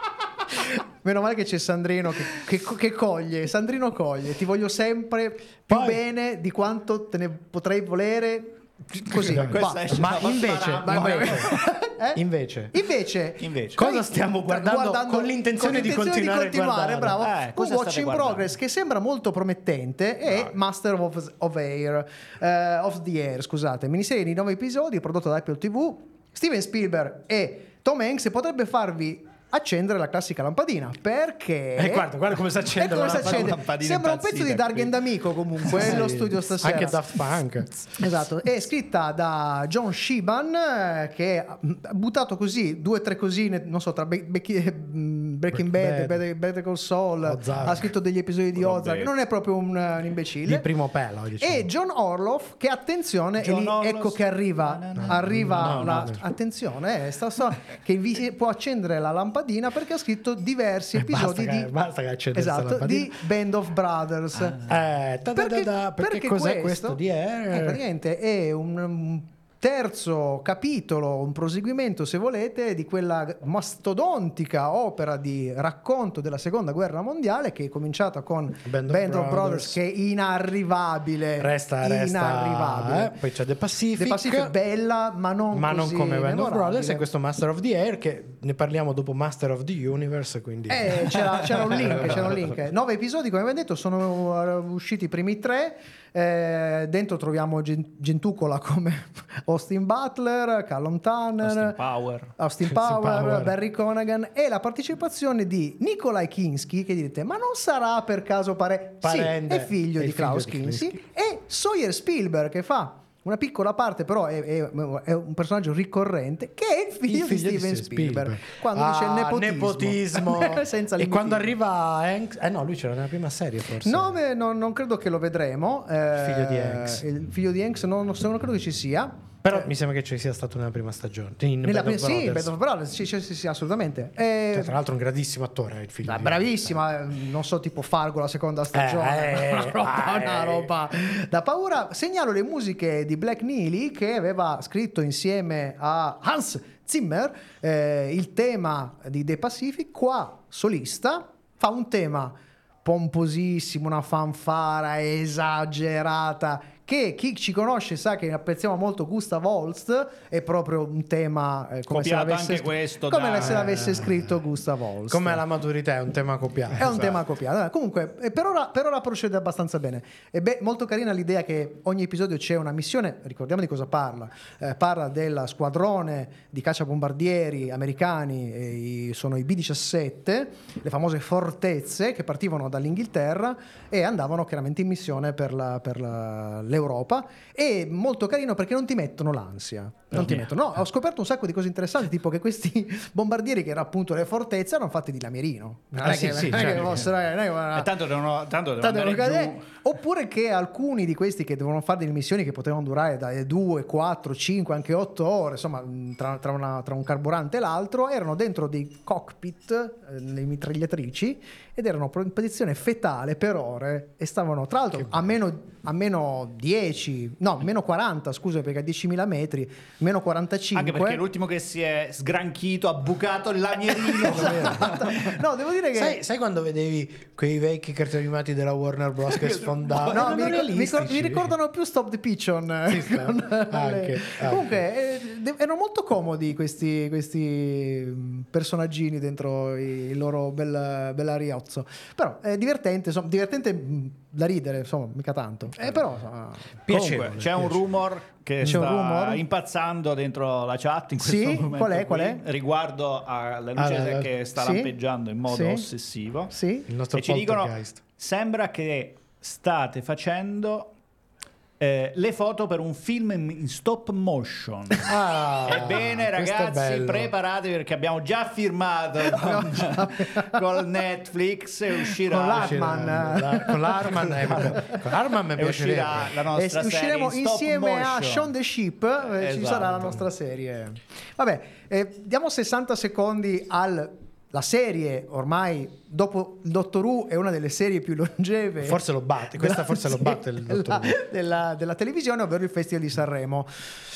Meno male che c'è Sandrino che, che- che coglie, Sandrino coglie, ti voglio sempre più Poi- bene di quanto te ne potrei volere. Così, Questa basta. esce Ma da invece, Pastrana. invece, Eh? invece, Invece, Invece. Cosa noi stiamo sta- guardando con l'intenzione di continuare a guardare? bravo. Eh, Un cosa watch state in guardando? progress che sembra molto promettente è Master of, of Air eh, of the Air, scusate, miniserie di nove episodi prodotta da Apple tivù, Steven Spielberg e Tom Hanks, e potrebbe farvi accendere la classica lampadina, perché Eh, guarda, guarda come si accende Ecco come la si accende. lampadina Sembra un pezzo di impazzita Dark qui. and Amico comunque Sì. lo studio stasera. Anche Daft Punk. Esatto, è scritta da John Shiban, eh, che ha buttato così due o tre cosine, non so, tra Be- Be- eh, mm, Breaking Bad, Bad, Better, Better Call Saul, Ozark. ha scritto degli episodi di Robe. Ozark, non è proprio un, un imbecille. Di primo pelo, diciamo. E John Orloff, che attenzione, e John lì, Orloff. ecco che arriva, No, no, no. arriva No, la, no. attenzione, eh, sta, sta- che vi può accendere la lampadina perché ha scritto diversi episodi Basta che- di, basta che accenda sta esatto, lampadina. di Band of Brothers. Eh, ta da da da, perché, cos'è questo di Air? eh, praticamente è un, un terzo capitolo, un proseguimento se volete di quella mastodontica opera di racconto della seconda guerra mondiale che è cominciata con Band Band, of of Brothers, Brothers, che è inarrivabile, Resta, resta. inarrivabile. eh. Poi c'è The Pacific. The Pacific bella, ma non ma non così come Band of memorabile. Brothers, e questo Master of the Air, che ne parliamo dopo Master of the Universe, quindi Eh, c'era, c'era un link, c'era un link. Nove episodi, come abbiamo detto, sono usciti i primi tre. Eh, dentro troviamo gen- gentucola come Austin Butler, Callum Tanner, Austin Power. Austin Austin Power, Power. Barry Conagan, e la partecipazione di Nikolai Kinski, che direte, ma non sarà per caso pare... Parente. Sì, è figlio È di il figlio Klaus di Kinski, Kinski. e Sawyer Spielberg, che fa una piccola parte, però è, è- è un personaggio ricorrente, che è il figlio, Il figlio di di Steven Steven Spielberg. Spielberg. Quando Ah, dice nepotismo, nepotismo. senza E limiti. quando arriva Hanks, eh no, lui c'era nella prima serie forse. No, beh, no, non credo che lo vedremo. eh, figlio di Hanks. Il figlio di Hanks non, non, non credo che ci sia. Però mi sembra che ci sia stato nella prima stagione. In Nella Band prima, of sì, Brothers. Band of Brothers, sì, sì, sì, sì, assolutamente. Eh, Cioè, tra l'altro un grandissimo attore il figlio ah, di bravissima, eh, non so, tipo Fargo la seconda stagione, Eh, una, roba, eh. una roba da paura. Segnalo le musiche di Black Neely, che aveva scritto insieme a Hans Zimmer eh, il tema di The Pacific. Qua solista fa un tema pomposissimo, una fanfara esagerata che chi ci conosce sa che apprezziamo molto Gustav Holst, è proprio un tema eh, come, se l'avesse, anche questo come da... se l'avesse scritto Gustav Holst. Come la maturità è un tema copiato. È un esatto. tema copiato. Comunque, eh, per ora, per ora procede abbastanza bene. E beh, molto carina l'idea che ogni episodio c'è una missione. Ricordiamo di cosa parla. Eh, parla del squadrone di cacciabombardieri americani, e i, sono i B diciassette, le famose fortezze che partivano dall'Inghilterra e andavano chiaramente in missione per, la, per la, l'Europa. È molto carino perché non ti mettono l'ansia. Non ti mettono. No, ho scoperto un sacco di cose interessanti, tipo che questi bombardieri, che erano appunto le fortezze, erano fatti di lamierino. Non Ah, è sì, che, sì, non è che certo. fossero- non è che- E tanto devono, tanto devono Tanto andare devono cadere. giù. Oppure che alcuni di questi che devono fare delle missioni che potevano durare dalle due, quattro, cinque, anche otto ore, insomma, tra, tra, una- tra un carburante e l'altro, erano dentro dei cockpit, eh, le mitragliatrici, ed erano in posizione fetale per ore e stavano tra l'altro a meno, a meno dieci, no, meno quaranta, scusa, perché a diecimila metri, meno quarantacinque. Anche perché l'ultimo che si è sgranchito ha bucato il lamierino. No, devo dire che Sai, sai quando vedevi quei vecchi cartoni animati della Warner Bros. Che sfondavano? No, mi, Erano ricor- mi, ricor- mi realistici. ricordano più Stop the Pigeon. Sì, sta- con anche, le- anche. Comunque, eh, de- erano molto comodi questi, questi mm, personaggini dentro il loro bel, bell'ariozzo. Però è divertente, insomma, divertente mm, da ridere, insomma, mica tanto. Eh, però, insomma, Piacevole, Comunque, c'è un piacevole. rumor che C'è sta un rumor? impazzando dentro la chat in questo Sì? momento Qual è, qui, qual è? riguardo alla luce Ah, la- che sta sì? lampeggiando in modo Sì? ossessivo. sì. Il nostro E ci dicono: poltergeist. sembra che state facendo eh, le foto per un film in, in stop motion. Ah, Ebbene questo è ragazzi, bello. preparatetevi perché abbiamo già firmato con, con Netflix e uscirà, Con l'Artman. La- con l'Arman eh, vabbè, con l'Arman mi e uscirà piacerebbe. la E nostra usciremo serie in stop insieme a motion. Shaun the Sheep, eh, ci Esatto. sarà la nostra serie. Vabbè, eh, diamo sessanta secondi al la serie, ormai dopo il Dottor Who è una delle serie più longeve, Forse lo batte, questa forse lo batte il della, Dottor Who. della, della televisione, ovvero il Festival di Sanremo.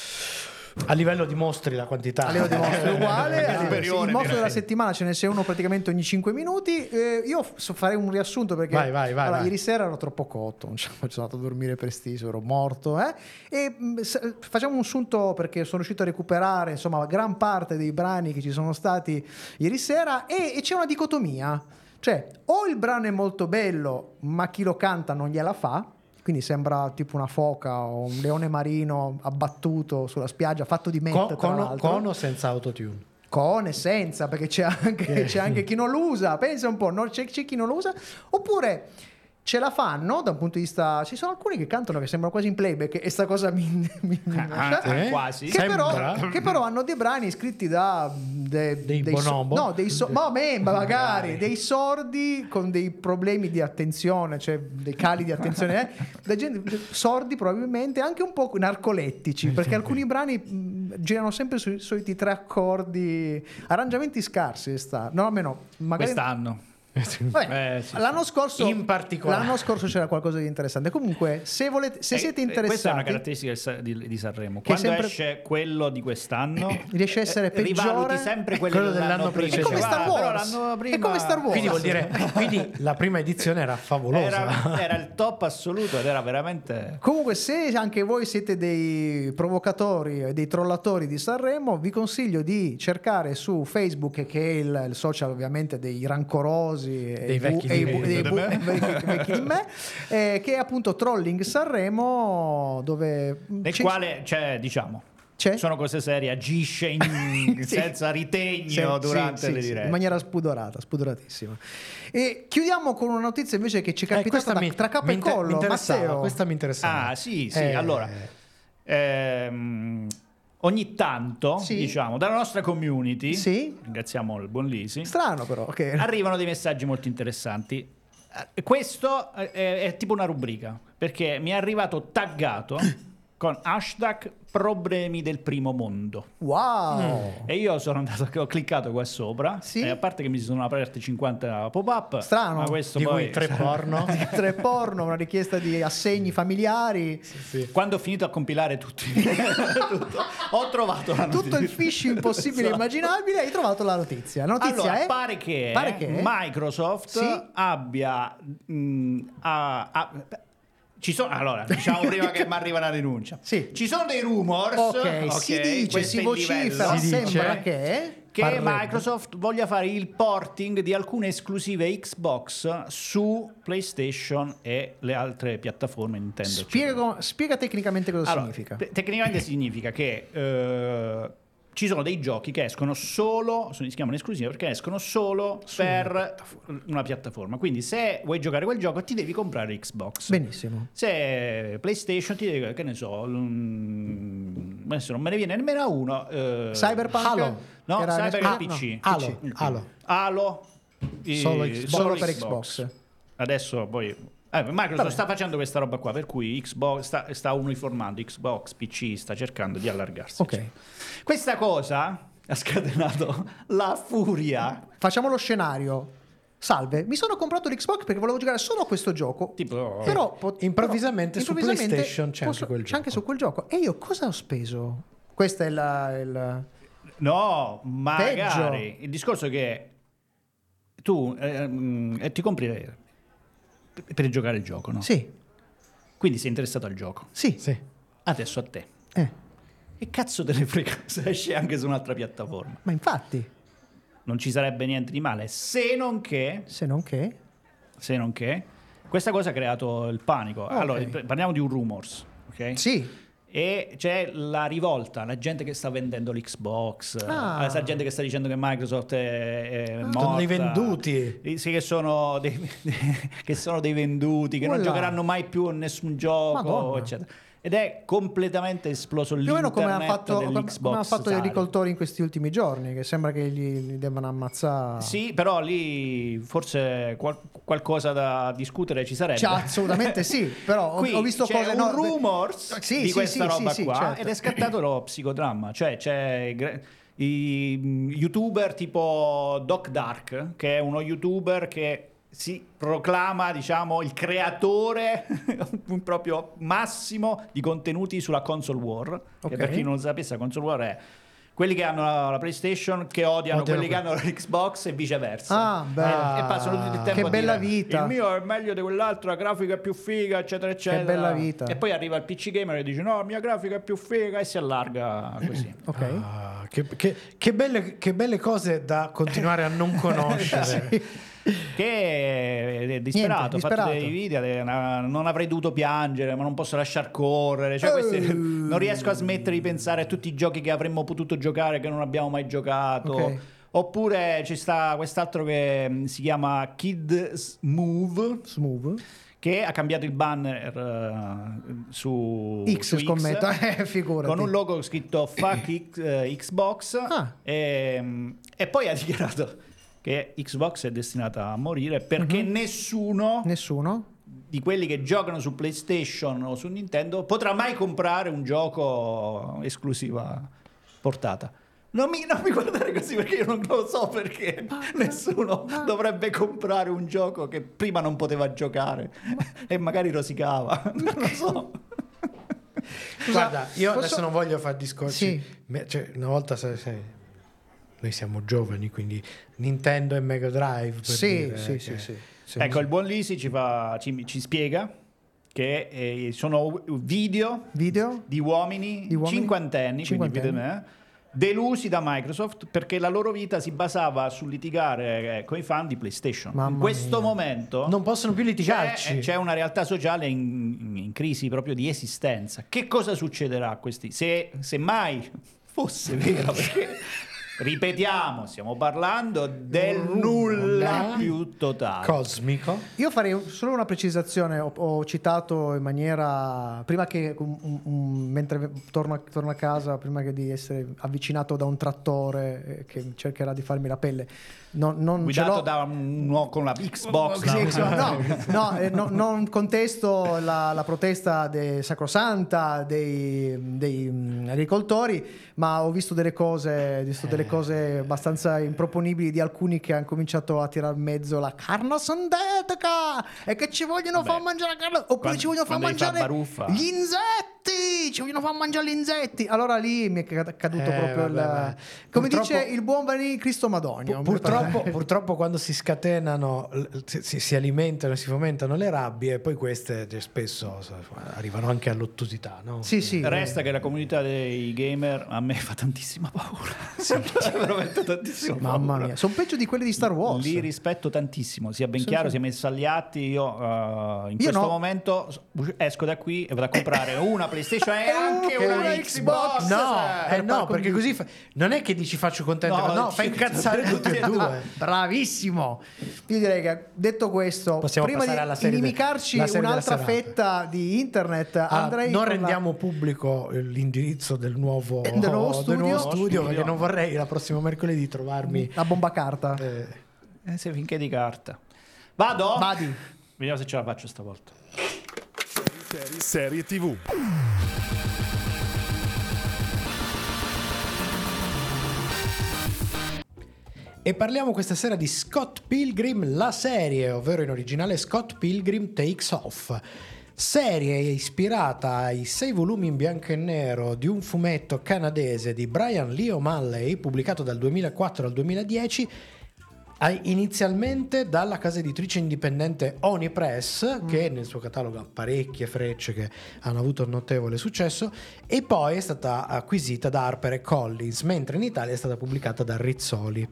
A livello di mostri la quantità A livello di mostro è uguale, È eh, superiore, il mostro della direi. settimana ce ne sia uno praticamente ogni cinque minuti. Eh, io f- farei un riassunto perché Vai, vai, vai, allora, vai. ieri sera ero troppo cotto, non ce la faccio, sono andato a dormire prestissimo, ero morto. Eh? E mh, s- facciamo un sunto perché sono riuscito a recuperare insomma gran parte dei brani che ci sono stati ieri sera e, e c'è una dicotomia, cioè o il brano è molto bello ma chi lo canta non gliela fa. Quindi sembra tipo una foca o un leone marino abbattuto sulla spiaggia, fatto di menta, Con, tra con, l'altro. con o senza autotune? Con e senza, perché c'è anche, c'è anche chi non lo usa. Pensa un po', no? c'è, c'è chi non lo usa. Oppure ce la fanno da un punto di vista. Ci sono alcuni che cantano che sembrano quasi in playback e sta cosa mi, mi, mi Ah, lascia. sì? quasi. Che però, Sembra. che però hanno dei brani scritti da de- Dei so- bonobo? no, dei so- ma me, magari dei sordi con dei problemi di attenzione, cioè dei cali di attenzione, eh? Da gente, sordi probabilmente anche un po' narcolettici, perché alcuni brani mh, girano sempre sui soliti tre accordi, arrangiamenti scarsi, sta. No, almeno magari Quest'anno. Vabbè, Eh, sì, l'anno scorso In particolare. l'anno scorso c'era qualcosa di interessante. Comunque, se volete, se Eh, siete eh, interessati, questa è una caratteristica del Sa- di, di Sanremo. Che Quando sempre- esce quello di quest'anno, riesce a essere eh, rivaluti peggiore sempre quello, quello dell'anno, dell'anno prima. precedente. È come Star Guarda, Wars. però l'anno prima È come Star Wars. Quindi vuol dire quindi la prima edizione era favolosa. era, era il top assoluto ed era veramente. Comunque, se anche voi siete dei provocatori e dei trollatori di Sanremo, vi consiglio di cercare su Facebook, che è il, il social ovviamente dei rancorosi e Dei i bu- vecchi e i di bu- me. dei bu- vecchi- vecchi di me, eh, che è appunto Trolling Sanremo, dove Nel ci- quale c'è, diciamo, c'è? sono cose serie, agisce in, Sì. senza ritegno Sì, durante sì, le sì, dirette. in maniera spudorata, spudoratissima. E chiudiamo con una notizia invece che ci è Eh, capitata questa da- mi- tra capo mi e inter- mi collo. interessava, Matteo. questa mi interessava. Ah, sì, sì. Eh, Allora, ehm, ogni tanto, Sì. diciamo, dalla nostra community, Sì. ringraziamo il buon Lisi, Strano però, che arrivano dei messaggi molto interessanti. Eh, Questo è, è tipo una rubrica, perché mi è arrivato taggato con hashtag problemi del primo mondo. wow. E io sono andato, ho cliccato qua sopra, Sì. e a parte che mi si sono aperti cinquanta pop-up, Strano. ma questo di poi... cui tre porno. Tre porno, una richiesta di assegni familiari, Quando ho finito a compilare tutto, tutto, ho trovato la notizia. tutto il phishing possibile e immaginabile, hai trovato la notizia. La notizia Allora, è pare che, Pare che? Microsoft Sì. abbia mh, ha- ha- Ci sono, allora, diciamo prima che mi arriva una denuncia. Sì. Ci sono dei rumors. Ok, ok, si dice, questo si è il vocifera, livello. Si dice sembra che... che Parrebbe. Microsoft voglia fare il porting di alcune esclusive Xbox su PlayStation e le altre piattaforme Nintendo. eccetera. Spiega, spiega tecnicamente cosa Allora, significa. te- tecnicamente significa che eh, ci sono dei giochi che escono solo, sono- si chiamano esclusive perché escono solo per una piattaforma. Quindi se vuoi giocare quel gioco ti devi comprare Xbox. Benissimo. Se PlayStation ti devi, che ne so, mm, adesso non me ne viene nemmeno a uno. eh, Cyberpunk? Halo. No, Era Cyber un è esclusivo? P C. no, Halo, P C. Halo. Halo eh, Solo Xbox. Solo per Xbox. Adesso poi eh, Microsoft Vabbè. sta facendo questa roba qua, per cui Xbox sta, sta uniformando Xbox, P C, sta cercando di allargarsi. Ok. eccetera. Questa cosa ha scatenato la furia. Facciamo lo scenario. Salve, mi sono comprato l'Xbox perché volevo giocare solo a questo gioco. Tipo, Però pot- Improvvisamente però, su PlayStation c'è anche quel c'è anche gioco. su quel gioco. E io cosa ho speso? Questa è la... il- no, magari Peggio. il discorso è che tu eh, mm, eh, ti compri eh, per giocare il gioco, no? Sì, Quindi sei interessato al gioco. sì. Sì. Adesso a te. Eh, Che cazzo te ne frega se esce anche su un'altra piattaforma? ma infatti, Non ci sarebbe niente di male, se non che, se non che... se non che, questa cosa ha creato il panico. Ok. Allora, p- parliamo di un rumors, ok? Sì, E c'è la rivolta, la gente che sta vendendo l'Xbox, Ah. questa gente che sta dicendo che Microsoft è, è morta. Sono dei venduti. Eh, Sì, che sono dei, che sono dei venduti, che non Ulla. giocheranno mai più a nessun gioco, Madonna. eccetera. Ed è completamente esploso più o meno come hanno l'internet fatto, come dell'Xbox. hanno fatto gli tale. agricoltori in questi ultimi giorni, che sembra che gli, gli debbano ammazzare. Sì, però lì forse qual- qualcosa da discutere ci sarebbe. Cioè, assolutamente sì, però ho, Qui ho visto c'è cose... un no, rumors sì, di sì, questa sì, roba sì, sì, qua certo. ed è scattato lo psicodramma, cioè c'è gra- i mm, youtuber tipo Doc Dark, che è uno youtuber che si proclama, diciamo, il creatore un proprio massimo di contenuti sulla console war, Ok. che per chi non lo sapesse la console war è quelli che hanno la, la PlayStation che odiano, Odiano quelli che hanno l'Xbox e viceversa. Ah, beh. e, e passano tutto il tempo Che a bella dire, vita. il mio è meglio di quell'altro, la grafica è più figa, eccetera eccetera. bella vita. E poi arriva il P C gamer e dice no, la mia grafica è più figa, e si allarga così. Ok. Ah, che, che- che belle, che belle cose da continuare a non conoscere. Che è disperato, ha fatto disperato. dei video, de- na- non avrei dovuto piangere, ma non posso lasciar correre. Cioè, questi- Eh. non riesco a smettere di pensare a tutti i giochi che avremmo potuto giocare che non abbiamo mai giocato. Ok. Oppure ci sta quest'altro che mm, si chiama Kid Move, Smooth. che ha cambiato il banner eh, su X, su scommetto, eh, figurati. con un logo scritto Fuck X- eh, Xbox Ah. e, e poi ha dichiarato che Xbox è destinata a morire perché Mhm. nessuno Nessuno? di quelli che giocano su PlayStation o su Nintendo potrà mai comprare un gioco esclusiva portata. Non mi, non mi guardare così perché io non lo so perché nessuno dovrebbe comprare un gioco che prima non poteva giocare e magari rosicava. Non lo so. Guarda, io posso- adesso non voglio fare discorsi. Sì. Me- cioè, una volta, sai, sai, noi siamo giovani, quindi Nintendo e Mega Drive. Per Sì, dire sì, che sì, sì. siamo- Ecco, il buon Lisi ci, fa, ci, ci spiega che eh, sono video Video? di uomini, Di uomini? cinquantenni, quindi più di Cinquantenni. me, delusi da Microsoft perché la loro vita si basava sul litigare eh, con i fan di PlayStation. Mamma in questo mia. momento Non possono più litigarci. c'è, c'è una realtà sociale in, in crisi proprio di esistenza. Che cosa succederà a questi? Se, se mai fosse vero, perché ripetiamo, stiamo parlando del nulla più totale. Cosmico. Io farei solo una precisazione. Ho, ho citato in maniera prima che un- un- un- mentre torno a, torno a casa, prima che di essere avvicinato da un trattore eh, che cercherà di farmi la pelle. No, non ce Guidato l'ho. da un uomo con la Xbox. Sì, no? sì, no, no, eh, no, non contesto la, la protesta de- sacrosanta dei, dei, mm, agricoltori, ma ho visto delle cose, ho visto delle cose abbastanza improponibili di alcuni che hanno cominciato a tirar in mezzo la carne sintetica e che ci vogliono Vabbè. far mangiare la carne, oppure Quando- ci vogliono far quando gli fa mangiare baruffa. gli insetti. insetti, ci vogliono far mangiare gli insetti. Allora lì mi è caduto Eh, proprio il... vabbè, come purtroppo- dice il buon Vanni Cristo Madonio. Purtroppo, purtroppo quando si scatenano, l- si, si- si alimentano e si fomentano le rabbie, poi queste cioè, spesso so, arrivano anche all'ottosità, no? Sì, sì. Resta che la comunità dei gamer a me fa tantissima paura. Cioè, veramente tantissima Mamma paura. mia, sono peggio di quelli di Star Wars. Li rispetto tantissimo, sia ben Sì, chiaro, sì. sia messo agli atti. Io uh, in Io questo no. momento esco da qui e vado a comprare una PlayStation e anche Uh, una una Xbox. Xbox. No, Eh, eh, no, perché così fa- non è che dici faccio contento, No, no, fai ci- incazzare tutti e due. Bravissimo. Io direi che detto questo, Possiamo prima passare di alla serie de- inimicarci la serie della un'altra serata. fetta di internet, Ah, andrei non con la- rendiamo pubblico l'indirizzo del nuovo, Eh, del nuovo studio? nuovo Nuovo studio, studio. perché non vorrei la prossima mercoledì trovarmi la bomba carta. eh, Eh, se finché di carta. Vado? Vadi. Vediamo se ce la faccio stavolta. Serie tivù. E parliamo questa sera di Scott Pilgrim, la serie, ovvero in originale Scott Pilgrim Takes Off. Serie ispirata ai sei volumi in bianco e nero di un fumetto canadese di Brian Lee O'Malley, pubblicato dal duemilaquattro al duemiladieci, inizialmente dalla casa editrice indipendente Oni Press, che nel suo catalogo ha parecchie frecce che hanno avuto un notevole successo, e poi è stata acquisita da Harper e Collins, mentre in Italia è stata pubblicata da Rizzoli.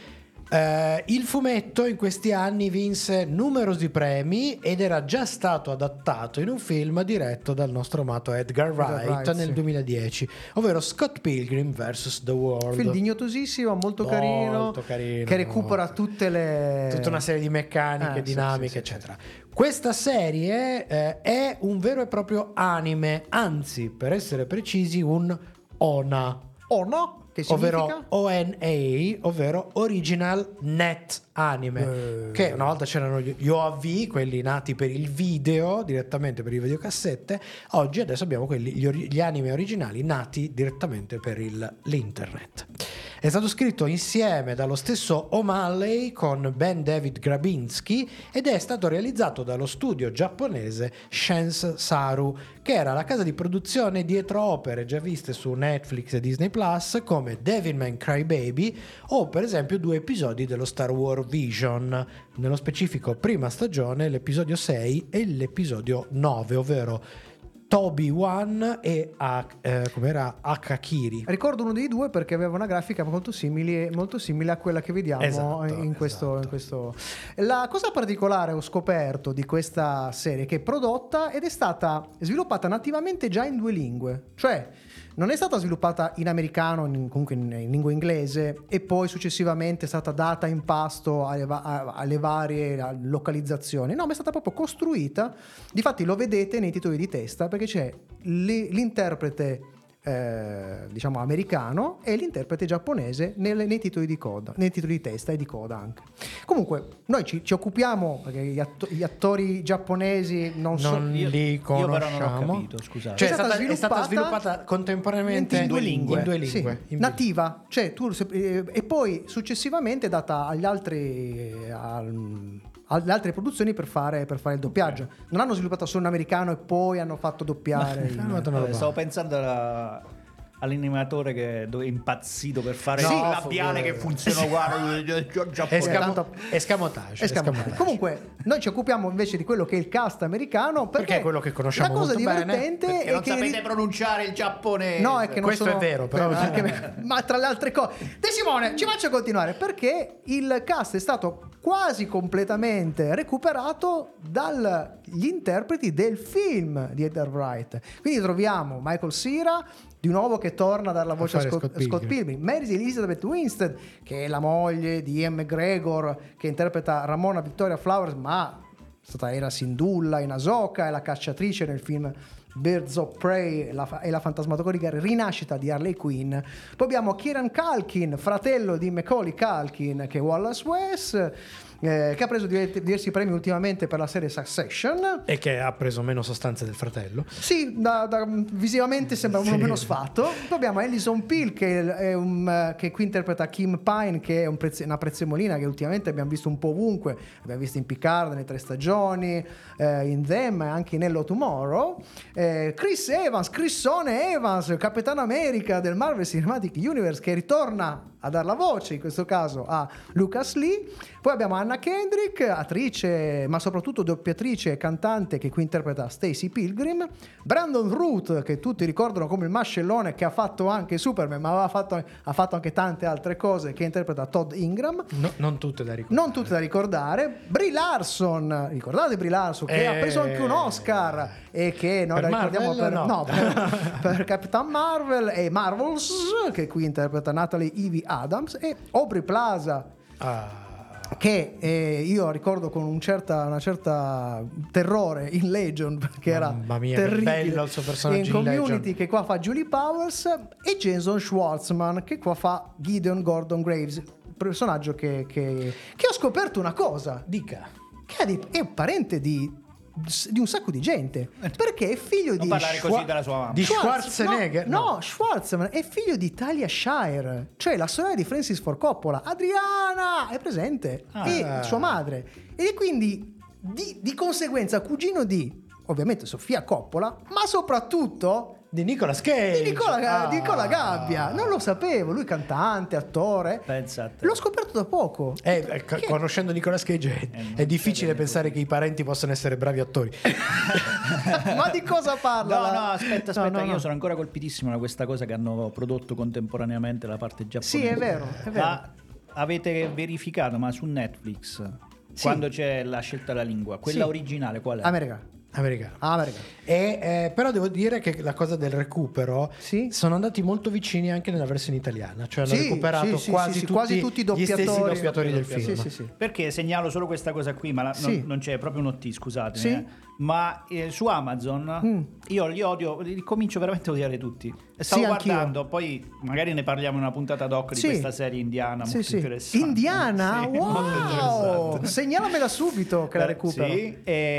Eh, il fumetto in questi anni vinse numerosi premi ed era già stato adattato in un film diretto dal nostro amato Edgar Wright, Wright, nel sì. duemiladieci, ovvero Scott Pilgrim versus The World. Film dignitosissimo, molto, Molto carino, carino, che recupera molto. tutte le Tutta una serie di meccaniche, Eh, sì, dinamiche, sì, sì, eccetera. Questa serie eh, è un vero e proprio anime, anzi, per essere precisi, un O N A. Oh no? Che significa? Ovvero O N A, ovvero Original Net Anime, Eh. che una volta c'erano gli O A V, quelli nati per il video, direttamente per i videocassette. Oggi adesso abbiamo quelli, gli, ori- gli anime originali nati direttamente per il, l'internet. È stato scritto insieme dallo stesso O'Malley con Ben David Grabinski ed è stato realizzato dallo studio giapponese Shens Saru, che era la casa di produzione dietro opere già viste su Netflix e Disney Plus come Devilman Crybaby o per esempio due episodi dello Star Wars Vision, nello specifico prima stagione, l'episodio sei e l'episodio nove, ovvero Toby One e A- eh, com'era Akakiri. Ricordo uno dei due perché aveva una grafica molto simile, molto simile a quella che vediamo Esatto, in, questo, esatto. in questo. La cosa particolare ho scoperto di questa serie che è prodotta ed è stata sviluppata nativamente già in due lingue, cioè non è stata sviluppata in americano, in, comunque in, in lingua inglese, e poi successivamente è stata data in pasto alle, va- a- alle varie localizzazioni. No, ma è stata proprio costruita. Difatti lo vedete nei titoli di testa perché c'è li- l'interprete eh, diciamo americano e l'interprete giapponese nelle- nei titoli di coda, nei titoli di testa e di coda anche. Comunque noi ci, ci occupiamo perché gli, atto- gli attori giapponesi non, so- Non io- li io però non ho conosciamo. capito, scusate. Cioè, È è, stata stata, è stata sviluppata sviluppata contemporaneamente in due lingue, in due sì, lingue, in due nativa, cioè tu se- eh, e poi successivamente è data agli altri al- alle altre produzioni per fare, per fare il doppiaggio. Non hanno sviluppato solo in americano e poi hanno fatto doppiare in- hanno fatto una Vabbè, roba. stavo pensando alla- all'animatore che dove è impazzito per fare No, il labiale fu- che funziona uguale Escamo- tanto- escamotage, Escamotage. escamotage. Comunque noi ci occupiamo invece di quello che è il cast americano perché, Perché è quello che conosciamo la cosa molto bene, divertente perché è non che sapete ri- pronunciare il giapponese. No, è che non Questo sono- è vero, però- eh, anche- ma tra le altre cose, De Simone, ci faccio continuare perché il cast è stato quasi completamente recuperato dagli interpreti del film di Edgar Wright. Quindi troviamo Michael Cera di nuovo che torna a dare la voce a fare Scott, Scott Scott Pilgrim. Pilgrim, Mary Elizabeth Winstead che è la moglie di Ian McGregor che interpreta Ramona Victoria Flowers, ma è stata era Syndulla in Ahsoka, è la cacciatrice nel film Birds of Prey la, e la fantasmagorica rinascita di Harley Quinn. Poi abbiamo Kieran Culkin, fratello di Macaulay Culkin, che è Wallace West. eh, che ha preso diversi, diversi premi ultimamente per la serie Succession. E che ha preso meno sostanze del fratello. Sì, da, da, visivamente sembra uno Sì. meno sfatto. Poi abbiamo Alison Pill che, è un, che qui interpreta Kim Pine, che è un prezze, una prezzemolina che ultimamente abbiamo visto un po' ovunque. L'abbiamo visto in Picard, nelle tre stagioni, eh, in Them e anche in Hello Tomorrow. Eh, Chris Evans, Chrisone Evans, Capitano America del Marvel Cinematic Universe, che ritorna a dar la voce in questo caso a Lucas Lee. Poi abbiamo Anna Kendrick, attrice ma soprattutto doppiatrice e cantante, che qui interpreta Stacy Pilgrim. Brandon Root, che tutti ricordano come il mascellone che ha fatto anche Superman, ma aveva fatto, ha fatto anche tante altre cose, che interpreta Todd Ingram. No, non tutte da ricordare. Non tutte da ricordare. Brie Larson, ricordate Brie Larson, che Eh, ha preso anche un Oscar e che noi per la ricordiamo Marvel, per, no. no, per, per Capitan Marvel e Marvels, che qui interpreta Natalie Ivy Adams, e Aubrey Plaza, Ah. che eh, io ricordo con un certa, una certa terrore in Legion, perché Mamma era mia, che terribile, bello il suo personaggio in in Community, Legion. che qua fa Julie Powers, e Jason Schwartzman, che qua fa Gideon Gordon Graves, personaggio che, che, che ho scoperto una cosa, Dica. che è, di- è un parente di, di un sacco di gente, perché è figlio Non di parlare Schwa- così della sua mamma. Di Schwarz- Schwarzenegger? No, No. no, Schwartzman è figlio di Talia Shire, cioè la sorella di Francis Ford Coppola. Adriana è presente, Ah. e sua madre. E quindi di, di conseguenza cugino di, ovviamente, Sofia Coppola, ma soprattutto Di Nicolas Cage. di Nicola, Ah. di Nicola Gabbia. Non lo sapevo, lui cantante, attore. Pensa a te. L'ho scoperto da poco. Eh, eh, co- conoscendo Nicolas Cage è, Eh, non è difficile succede pensare che i parenti possano essere bravi attori. Ma di cosa parla? No, la- no, aspetta, aspetta, No, no, io no. sono ancora colpitissimo da questa cosa che hanno prodotto contemporaneamente la parte giapponese. Sì, è vero, è vero. Ma avete verificato, ma su Netflix, Sì. quando c'è la scelta della lingua, quella Sì. originale qual è? America. Americano. America. E, eh, però devo dire che la cosa del recupero, Sì. sono andati molto vicini anche nella versione italiana, cioè hanno Sì, recuperato sì, sì, quasi, sì, sì, tutti quasi tutti i gli stessi doppiatori. doppiatori del film. Sì, sì, sì. Perché segnalo solo questa cosa qui, ma la- Sì. non, non c'è proprio un O T, scusate. Sì. eh. Ma eh, su Amazon Mm. io li odio, li comincio veramente a odiare tutti. E stavo Sì, anch'io. guardando, poi magari ne parliamo in una puntata doc di Sì. questa serie indiana Sì, molto sì. interessante. Indiana? Sì, molto Wow! interessante. Segnalamela subito che la Eh, recupero. Sì,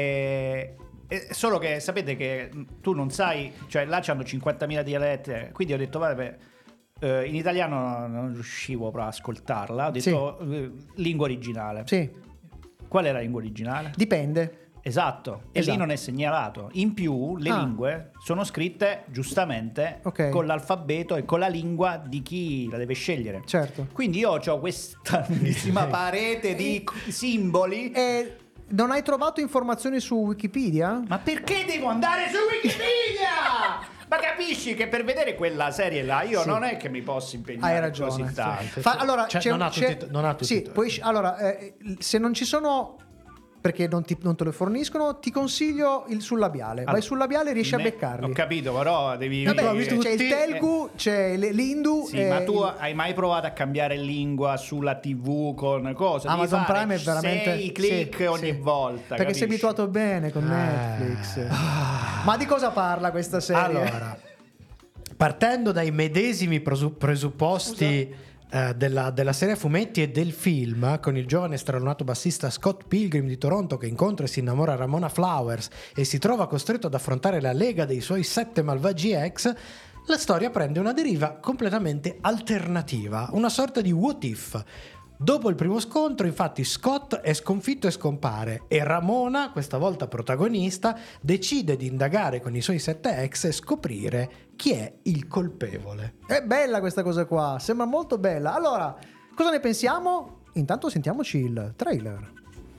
e- e solo che sapete che tu non sai, cioè là c'hanno cinquantamila dialetti, quindi ho detto vabbè, eh, in italiano non riuscivo proprio a ascoltarla, ho detto eh, lingua originale. Sì, Qual è la lingua originale? dipende. Esatto, e Esatto. lì non è segnalato. In più le Ah. lingue sono scritte giustamente Ok. con l'alfabeto e con la lingua di chi la deve scegliere. Certo. Quindi io ho questa bellissima parete di simboli. E non hai trovato informazioni su Wikipedia? Ma perché devo andare su Wikipedia? Ma capisci che per vedere quella serie là io Sì. non è che mi posso impegnare Hai ragione. così tanto. Fa- allora, Cioè, c'è non un- ha tutti c'è- i to- non ha tutti sì, i to- poi, allora, eh, se non ci sono, perché non, ti- non te lo forniscono, ti consiglio il sul labiale. Vai sul labiale e riesci a Ne- beccarli. Ho capito, però devi... Vabbè, Ho visto c'è il tutti- Telugu, c'è l- l'Hindu. Sì, e ma tu il- hai mai provato a cambiare lingua sulla tivù con cosa? Devi Amazon fare Prime è veramente sei click sì, ogni sì. volta. Perché sei capisci? abituato bene con Netflix. Ma di cosa parla questa serie? Allora, partendo dai medesimi presu- presupposti eh, della, della serie a fumetti e del film, con il giovane stralunato bassista Scott Pilgrim di Toronto che incontra e si innamora di Ramona Flowers e si trova costretto ad affrontare la lega dei suoi sette malvagi ex, la storia prende una deriva completamente alternativa, una sorta di what if. Dopo il primo scontro, infatti, Scott è sconfitto e scompare e Ramona, questa volta protagonista, decide di indagare con i suoi sette ex e scoprire chi è il colpevole. È bella questa cosa qua, sembra molto bella. Allora, cosa ne pensiamo? Intanto sentiamoci il trailer.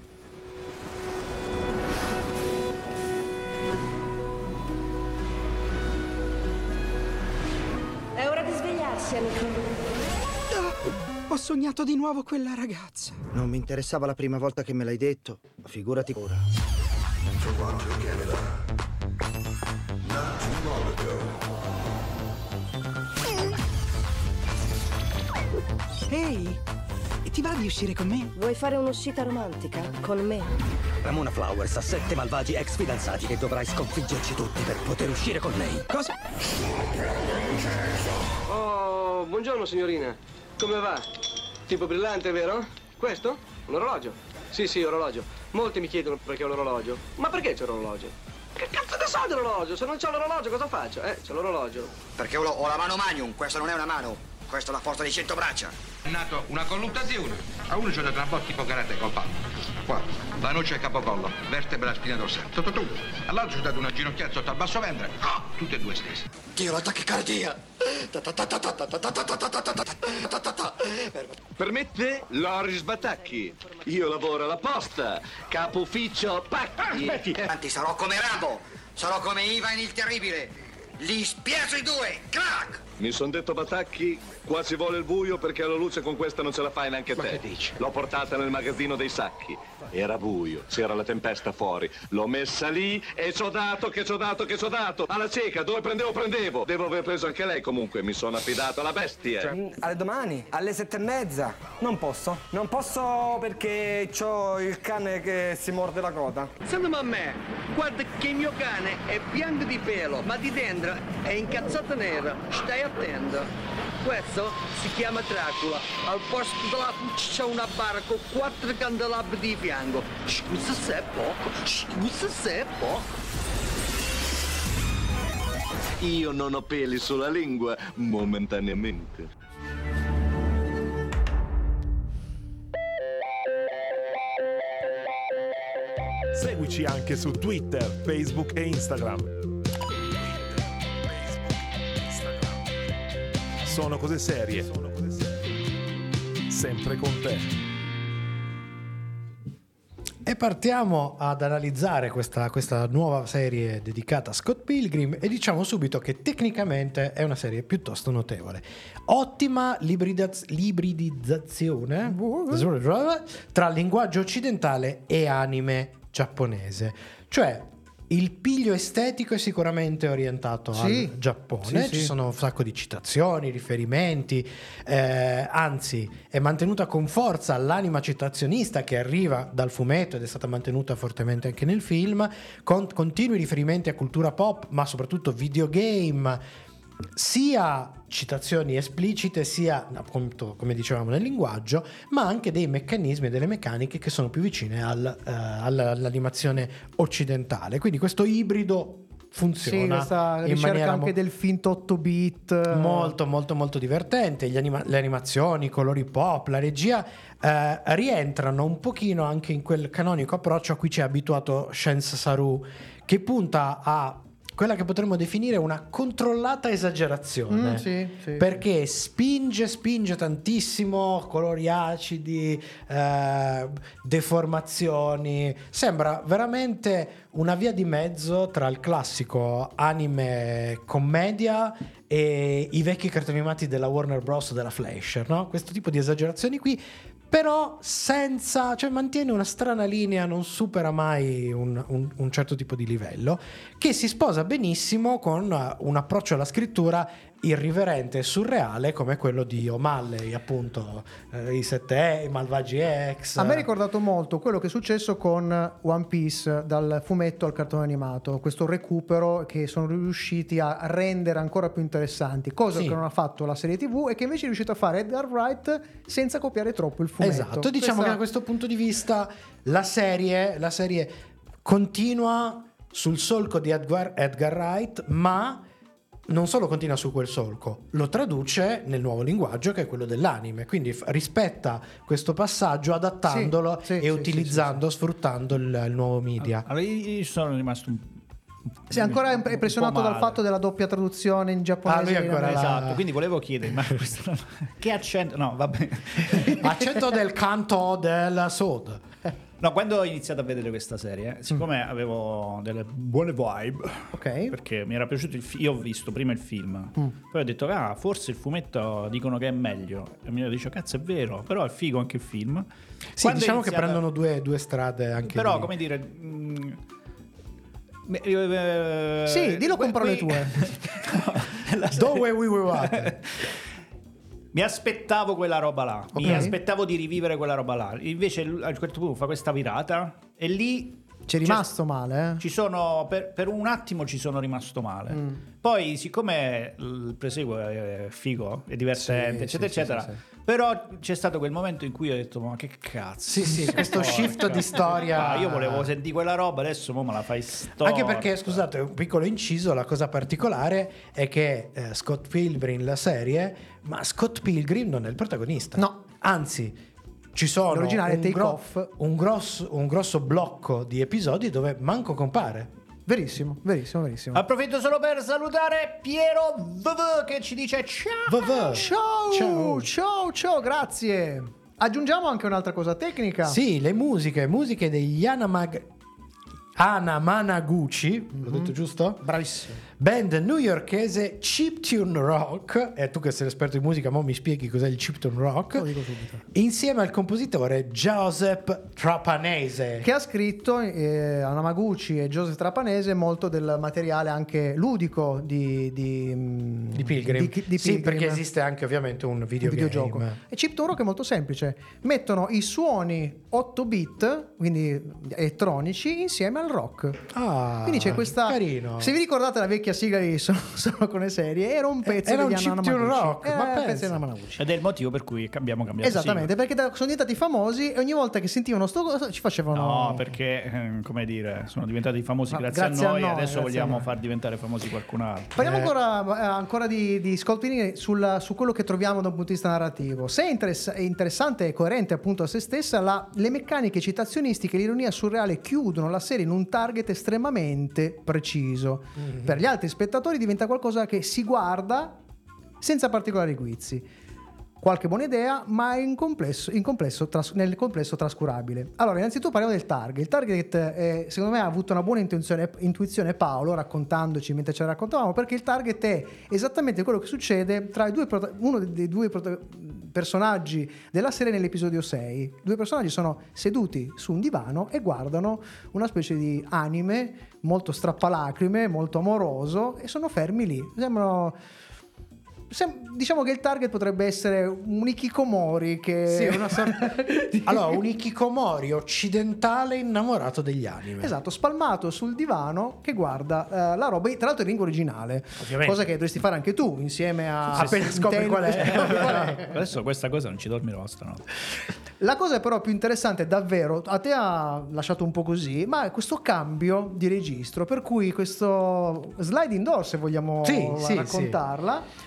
È ora di svegliarsi, amico. Ho sognato di nuovo quella ragazza. Non mi interessava la prima volta che me l'hai detto, figurati ora. Ehi, ti va di uscire con me? Vuoi fare un'uscita romantica con me? Ramona Flowers ha sette malvagi ex fidanzati e dovrai sconfiggerci tutti per poter uscire con lei. Cosa? Oh, buongiorno signorina. Come va? Tipo brillante, vero? Questo? Un orologio? Sì, sì, orologio. Molti mi chiedono perché ho l'orologio. Ma perché c'è l'orologio? Che cazzo ne so dell'orologio? Se non c'ho l'orologio cosa faccio? Eh, c'è l'orologio. Perché ho, ho la mano magnum, questa non è una mano. Questa è la forza di cento braccia. È nato una colluttazione. A uno ci ho dato una botta tipo karate col palmo. Qua, la noce al capocollo, vertebra spina dorsale. Tutto tu. All'altro ci ho dato una ginocchiata sotto al basso ventre. Ah, tutte e due stesse. Dio, la tachicardia. Per me te, Loris Batacchi. Io lavoro alla posta. Capo ufficio Pacchi. Anzi, sarò come Rambo. Sarò come Ivan il Terribile. Li spiazzo i due. Crack! Mi son detto Batacchi, qua ci vuole il buio perché alla luce con questa non ce la fai neanche te. L'ho portata nel magazzino dei sacchi. Era buio, c'era la tempesta fuori. L'ho messa lì e ci ho dato, che ci ho dato, che ci ho dato. Alla cieca, dove prendevo, prendevo. Devo aver preso anche lei comunque, mi sono affidato alla bestia. Cioè, alle domani, alle sette e mezza. Non posso. Non posso perché c'ho il cane che si morde la coda. Secondo a me, guarda che il mio cane è bianco di pelo, ma di dentro è incazzato nero. Stai attento. Questo si chiama Dracula. Al posto della c'è una barra con quattro candelabri di fianco. Scusa se è poco, scusa se è poco. Io non ho peli sulla lingua, momentaneamente. Seguici anche su Twitter, Facebook e Instagram. Sono cose serie. Sempre con te. E partiamo ad analizzare questa, questa nuova serie dedicata a Scott Pilgrim e diciamo subito che tecnicamente è una serie piuttosto notevole. Ottima libridaz- libridizzazione tra linguaggio occidentale e anime giapponese. Cioè il piglio estetico è sicuramente orientato sì, al Giappone, sì, ci sì. sono un sacco di citazioni, riferimenti, eh, anzi è mantenuta con forza l'anima citazionista che arriva dal fumetto ed è stata mantenuta fortemente anche nel film, con continui riferimenti a cultura pop ma soprattutto videogame, sia citazioni esplicite sia appunto come dicevamo nel linguaggio, ma anche dei meccanismi e delle meccaniche che sono più vicine al, uh, all'animazione occidentale, quindi questo ibrido funziona. Sì, questa in ricerca maniera anche mo- del finto otto bit molto molto molto divertente. Gli anima- le animazioni, i colori pop, la regia eh, rientrano un pochino anche in quel canonico approccio a cui ci ha abituato Scienza Saru, che punta a quella che potremmo definire una controllata esagerazione, Mm, sì, sì. perché spinge spinge tantissimo, colori acidi, eh, deformazioni, sembra veramente una via di mezzo tra il classico anime commedia e i vecchi cartoni animati della Warner Bros. Della Fleischer, no? Questo tipo di esagerazioni qui, però senza, cioè mantiene una strana linea, non supera mai un, un, un certo tipo di livello, che si sposa benissimo con un approccio alla scrittura irriverente e surreale come quello di O'Malley, appunto, eh, i sette E, i Malvagi X. A me ha ricordato molto quello che è successo con One Piece, dal fumetto al cartone animato, questo recupero che sono riusciti a rendere ancora più interessanti, cosa Sì. che non ha fatto la serie tivù e che invece è riuscito a fare Edgar Wright senza copiare troppo il fumetto. Esatto, diciamo Questa- che da questo punto di vista la serie, la serie continua sul solco di Edgar, Edgar Wright, ma non solo continua su quel solco, lo traduce nel nuovo linguaggio che è quello dell'anime, quindi f- rispetta questo passaggio adattandolo Sì, sì, e sì, utilizzando, sfruttando il, il nuovo media. Allora io sono rimasto un Sei ancora un- un impressionato po' dal male. fatto della doppia traduzione in giapponese. Ah, lui è ancora là. Esatto, quindi volevo chiedere, ma questo non- che accento? No, vabbè. Accento del canto del sud. No, quando ho iniziato a vedere questa serie, eh, siccome avevo delle buone vibe, Ok. perché mi era piaciuto il film, io ho visto prima il film, poi ho detto, ah, forse il fumetto dicono che è meglio, e mi dice, cazzo è vero, però è figo anche il film. Sì, Quando diciamo è che iniziata- prendono due, due strade anche Però, lì. come dire... mh, beh, eh, Sì, dillo con parole qui- tue. Dove we were. Mi aspettavo quella roba là, mi Ok. aspettavo di rivivere quella roba là. Invece lui, a un certo punto fa questa virata e lì C'è rimasto male, eh? ci sono per, per un attimo ci sono rimasto male. Mm. Poi siccome il preseguo è figo, è divertente, Sì, eccetera sì, eccetera, sì, sì, Però c'è stato quel momento in cui ho detto ma che cazzo. Sì, sì, questo shift di storia. Ah, io volevo sentire quella roba, adesso mo me la fai storta. Anche perché, scusate, un piccolo inciso, la cosa particolare è che eh, Scott Pilgrim, la serie, ma Scott Pilgrim non è il protagonista. No. Anzi, ci sono L'originale un, Take gro- Off. un, grosso, un grosso blocco di episodi dove manco compare. Verissimo, verissimo, verissimo. Approfitto solo per salutare Piero V V che ci dice ciao. V V. Ciao, Ciao. ciao, ciao, grazie. Aggiungiamo anche un'altra cosa tecnica. Sì, le musiche, musiche degli Anamag... Anamanaguchi, l'ho detto giusto? Bravissimo. Band newyorkese Chiptune Rock, e tu che sei l'esperto di musica, mo mi spieghi cos'è il Chiptune Rock? Lo dico subito. Insieme al compositore Joseph Trapanese. Che ha scritto eh, Anamaguchi e Joseph Trapanese molto del materiale anche ludico di, di, Di Pilgrim. di- di Sì, Pilgrim. perché esiste anche ovviamente un Un videogame. videogioco. E Chiptune Rock è molto semplice. Mettono i suoni otto bit, quindi elettronici, insieme al rock. Ah, Quindi c'è questa. carino. Se vi ricordate la vecchia sigla di Sono, sono con le serie, era un pezzo Era un di chiptune Anamaguchi. rock, Era ma un pezzo pensa. di Anamaguchi. Ed è il motivo per cui abbiamo cambiato Esattamente, perché da- sono diventati famosi e ogni volta che sentivano sto cosa ci facevano. No, perché eh, come dire, sono diventati famosi Ma grazie, grazie a a noi, noi, adesso grazie a vogliamo noi. far diventare famosi qualcun altro. Parliamo Eh. ancora, eh, ancora di, di Scott Pilgrim sul- su quello che troviamo da un punto di vista narrativo. Se è, interess- è interessante e coerente appunto a se stessa, la- le meccaniche citazionistiche e l'ironia surreale chiudono la serie in un target estremamente preciso. Mm-hmm. Per gli altri spettatori diventa qualcosa che si guarda senza particolari guizzi. Qualche buona idea, ma in complesso, in complesso tras- nel complesso trascurabile. Allora, innanzitutto parliamo del target. Il target, eh, secondo me, ha avuto una buona intuizione, intuizione Paolo, raccontandoci mentre ce la raccontavamo, perché il target è esattamente quello che succede tra i due prota- uno dei due prota- personaggi della serie nell'episodio sei. Due personaggi sono seduti su un divano e guardano una specie di anime molto strappalacrime, molto amoroso, e sono fermi lì. Sembrano... Sem- diciamo che il target potrebbe essere un hikikomori che Sì, una sorta... allora, un hikikomori occidentale innamorato degli anime. esatto, spalmato sul divano che guarda eh, la roba, tra l'altro in lingua originale, Ovviamente. cosa che dovresti fare anche tu insieme a Appena scopri qual è. Scopri qual è. Adesso questa cosa non ci dormirò stanotte. La cosa però più interessante davvero, a te ha lasciato un po' così, ma è questo cambio di registro, per cui questo sliding door, se vogliamo Sì, sì, raccontarla,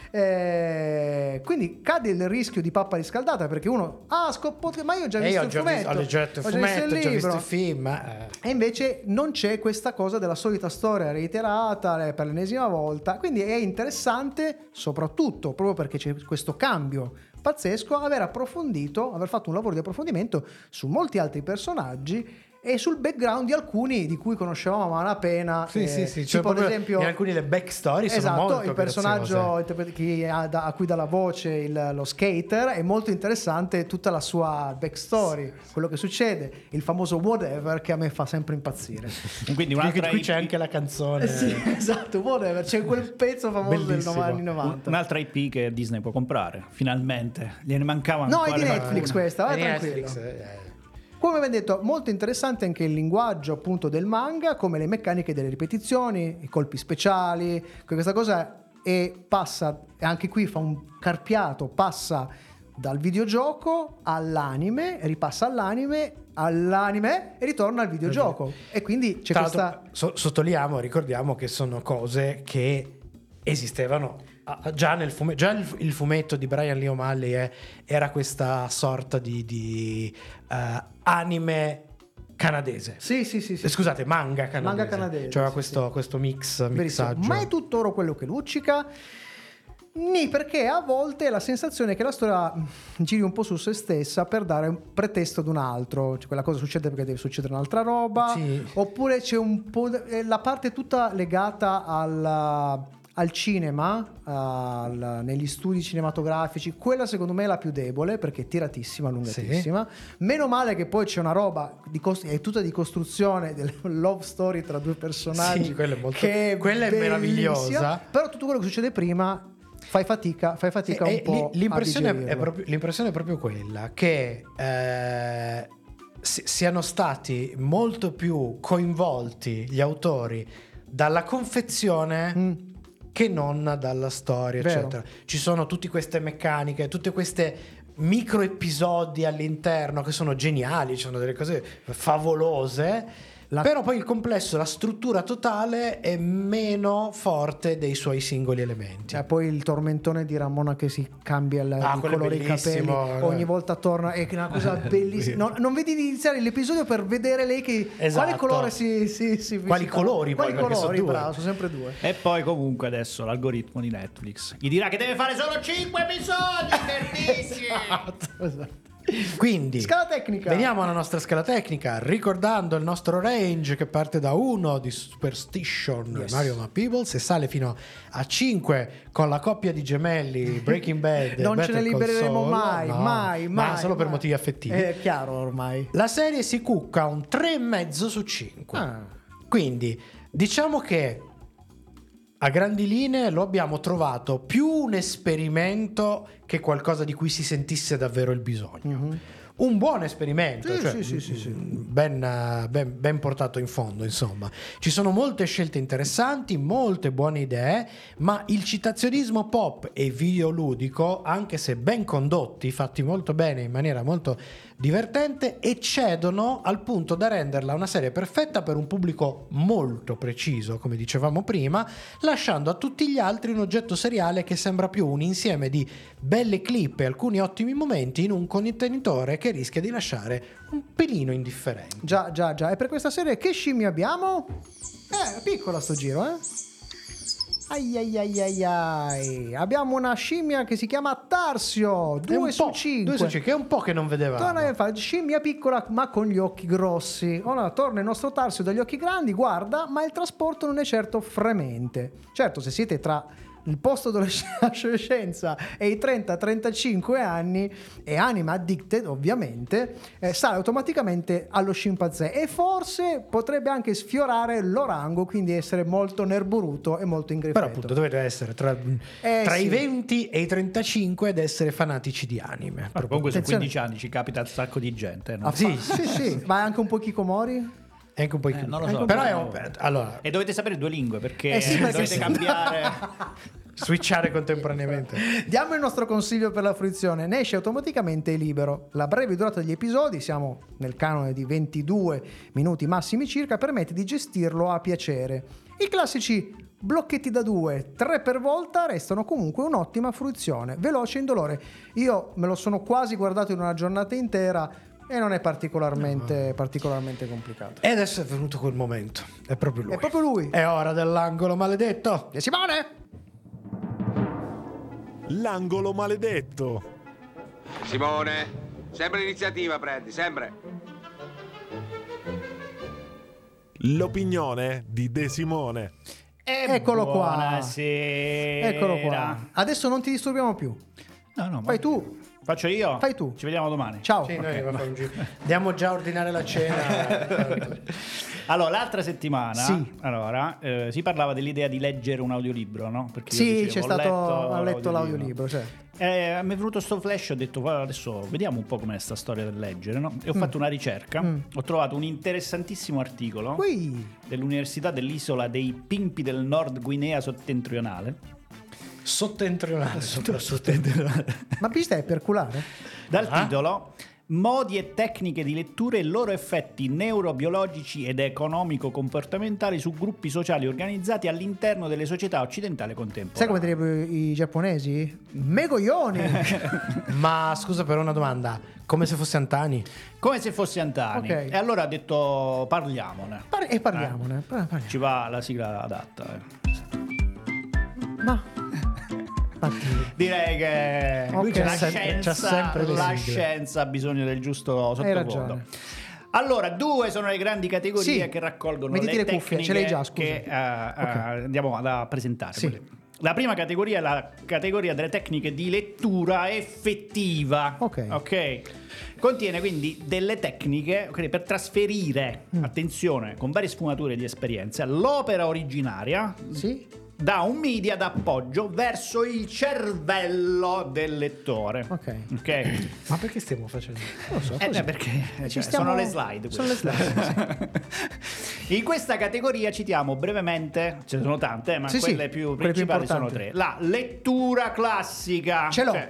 eh, quindi cade il rischio di pappa riscaldata, perché uno ah scoppo, ma io ho già E visto io ho il già fumetto, visto, ho letto il ho già visto fumetto, ho il già visto libro. il film. eh. E invece non c'è questa cosa della solita storia reiterata eh, per l'ennesima volta, quindi è interessante soprattutto proprio perché c'è questo cambio pazzesco aver approfondito, aver fatto un lavoro di approfondimento su molti altri personaggi e sul background di alcuni di cui conoscevamo a malapena. Sì, eh, sì, sì, cioè tipo ad proprio esempio in alcuni le backstory sono esatto, molto il personaggio graziose. interpre- chi ha da- a cui dà la voce il- lo skater, è molto interessante tutta la sua backstory, quello che succede, il famoso whatever che a me fa sempre impazzire. Quindi Qui, un'altra qui I P c'è anche la canzone. Eh sì, esatto, whatever, c'è quel pezzo famoso del Bellissimo. anni novanta. Un'altra I P che Disney può comprare, finalmente. Gliene mancava No, ancora è di qualcuna. Netflix questa, vai Di tranquillo. Netflix, eh. Come abbiamo detto, molto interessante anche il linguaggio appunto del manga, come le meccaniche delle ripetizioni, i colpi speciali, questa cosa, e passa, e anche qui fa un carpiato, passa dal videogioco all'anime, ripassa all'anime, all'anime e ritorna al videogioco. E quindi c'è Tra questa... l'altro, so- sottolineiamo, ricordiamo che sono cose che esistevano ah, già nel fumetto. Già il, il fumetto di Brian Lee O'Malley è- era questa sorta di, di eh, anime canadese. Sì, sì, sì, sì. Eh, Scusate, manga canadese. Manga canadese, Cioè sì, questo, questo mix, Verissimo. mixaggio. Ma è tuttora quello che luccica? Nì, perché a volte la sensazione è che la storia giri un po' su se stessa per dare un pretesto ad un altro, cioè quella cosa succede perché deve succedere un'altra roba, Sì. oppure c'è un po' eh, la parte tutta legata al, al cinema, al- negli studi cinematografici, quella secondo me è la più debole perché è tiratissima, allungatissima. Meno male che poi c'è una roba di cos- è tutta di costruzione del love story tra due personaggi, Sì, quella è molto- che quella è bellissima. meravigliosa. Però tutto quello che succede prima fai fatica, fai fatica E- un e po' lì- l'impressione, a è digerirlo. proprio, l'impressione è proprio quella che eh, si- siano stati molto più coinvolti gli autori dalla confezione che non dalla storia, Vero. eccetera. Ci sono tutte queste meccaniche, tutte queste micro episodi all'interno che sono geniali, ci sono delle cose favolose. La... Però poi il complesso, la struttura totale è meno forte dei suoi singoli elementi. E poi il tormentone di Ramona che si cambia il, ah, il colore dei capelli, eh. ogni volta torna, è una cosa bellissima. Non, non vedi di iniziare l'episodio per vedere lei che esatto. quale colore si, si, si quali colori, quali poi, colori, sono due. bravo, sono sempre due. E poi comunque adesso l'algoritmo di Netflix gli dirà che deve fare solo cinque episodi per dieci. Esatto, esatto. Quindi scala tecnica. Veniamo alla nostra scala tecnica, ricordando il nostro range che parte da uno di Superstition, yes. Mario Ma Peebles, e sale fino a cinque con la coppia di gemelli Breaking Bad. Non Better ce ne libereremo Call Saul. mai, no, mai, mai, ma solo mai. per motivi affettivi. È chiaro ormai. La serie si cucca un tre virgola cinque su cinque. Ah. Quindi diciamo che a grandi linee lo abbiamo trovato più un esperimento che qualcosa di cui si sentisse davvero il bisogno. Mm-hmm. Un buon esperimento, sì, cioè, sì, sì, sì, sì. Ben, ben, ben portato in fondo, insomma. Ci sono molte scelte interessanti, molte buone idee, ma il citazionismo pop e videoludico, anche se ben condotti, fatti molto bene in maniera molto divertente, eccedono al punto da renderla una serie perfetta per un pubblico molto preciso, come dicevamo prima, lasciando a tutti gli altri un oggetto seriale che sembra più un insieme di belle clip e alcuni ottimi momenti in un contenitore che rischia di lasciare un pelino indifferente. Già, già, già. E per questa serie che scimmia abbiamo? Eh, piccola sto giro, eh? Ai ai ai ai ai. Abbiamo una scimmia che si chiama Tarsio, due su cinque. due su cinque, che è un po' che non vedevamo. Torna a fare scimmia piccola ma con gli occhi grossi. Ora torna il nostro Tarsio dagli occhi grandi, guarda, ma il trasporto non è certo fremente. Certo, se siete tra il post-adolescenza e i trenta trentacinque anni e anima addicted, ovviamente, eh, sale automaticamente allo scimpanzé e forse potrebbe anche sfiorare l'orango, quindi essere molto nerboruto e molto ingriffetto. Però appunto dovete essere tra, eh, tra sì. i venti e i trentacinque ed essere fanatici di anime. Ah, comunque su quindici anni ci capita un sacco di gente, no? Ah, sì, sì, sì, ma anche un po' Kikomori? È anche un po' eh, non lo so, però è un... allora... E dovete sapere due lingue perché, eh sì, perché dovete sì. cambiare switchare contemporaneamente. Diamo il nostro consiglio per la fruizione. Ne esce automaticamente libero. La breve durata degli episodi, siamo nel canone di ventidue minuti massimi circa, permette di gestirlo a piacere. I classici blocchetti da due, tre per volta, restano comunque un'ottima fruizione, veloce e indolore. Io me lo sono quasi guardato in una giornata intera e non è particolarmente, no. particolarmente complicato. E adesso è venuto quel momento. È proprio lui. È proprio lui. È ora dell'angolo maledetto di Simone. L'angolo maledetto. Simone, sempre l'iniziativa prendi, sempre. L'opinione di De Simone. E Eccolo qua. Buonasera. Eccolo qua. Adesso non ti disturbiamo più. No, no, Fai ma... tu. Faccio io? Fai tu. Ci vediamo domani. Ciao. Sì, okay. noi un giro. Andiamo già a ordinare la cena. Allora, l'altra settimana sì. allora, eh, si parlava dell'idea di leggere un audiolibro, no? Perché sì, dicevo, c'è ho stato, letto ha letto l'audiolibro. l'audiolibro, cioè. Eh, mi è venuto sto flash, ho detto adesso vediamo un po' com'è sta storia del leggere, no? E ho mm. fatto una ricerca, mm. ho trovato un interessantissimo articolo Ui. dell'Università dell'isola dei Pimpi del Nord Guinea settentrionale. Sottentrionale, sottentrionale. Ma pista è perculare? Dal ah? titolo Modi e tecniche di lettura e i loro effetti neurobiologici ed economico-comportamentali su gruppi sociali organizzati all'interno delle società occidentali contemporanee. Sai come direbbero i giapponesi? Megoglioni! Ma scusa per una domanda, come se fosse Antani? Come se fosse Antani. Okay. E allora ha detto parliamone. Par- e parliamone. Eh. Parliamo. Ci va la sigla adatta. Eh. Ma... Direi che okay. la, c'ha scienza, c'ha sempre la scienza ha bisogno del giusto sottofondo. Allora, due sono le grandi categorie sì. che raccolgono Mettiti le, le cuffie, tecniche ce l'hai già, scusa. che uh, okay. uh, andiamo ad presentare. Sì. La prima categoria è la categoria delle tecniche di lettura effettiva. Ok. Ok. Contiene quindi delle tecniche okay, per trasferire, mm. attenzione, con varie sfumature di esperienza, l'opera originaria. Sì. Da un media d'appoggio verso il cervello del lettore. Ok. Ok. Ma perché stiamo facendo? Non lo so. Eh, beh, perché cioè, stiamo... sono le slide. Sono le slide. Sì. In questa categoria citiamo brevemente, ce ne sono tante, ma sì, quelle sì, più quelle principali più sono tre. La lettura classica. Ce l'ho. Cioè,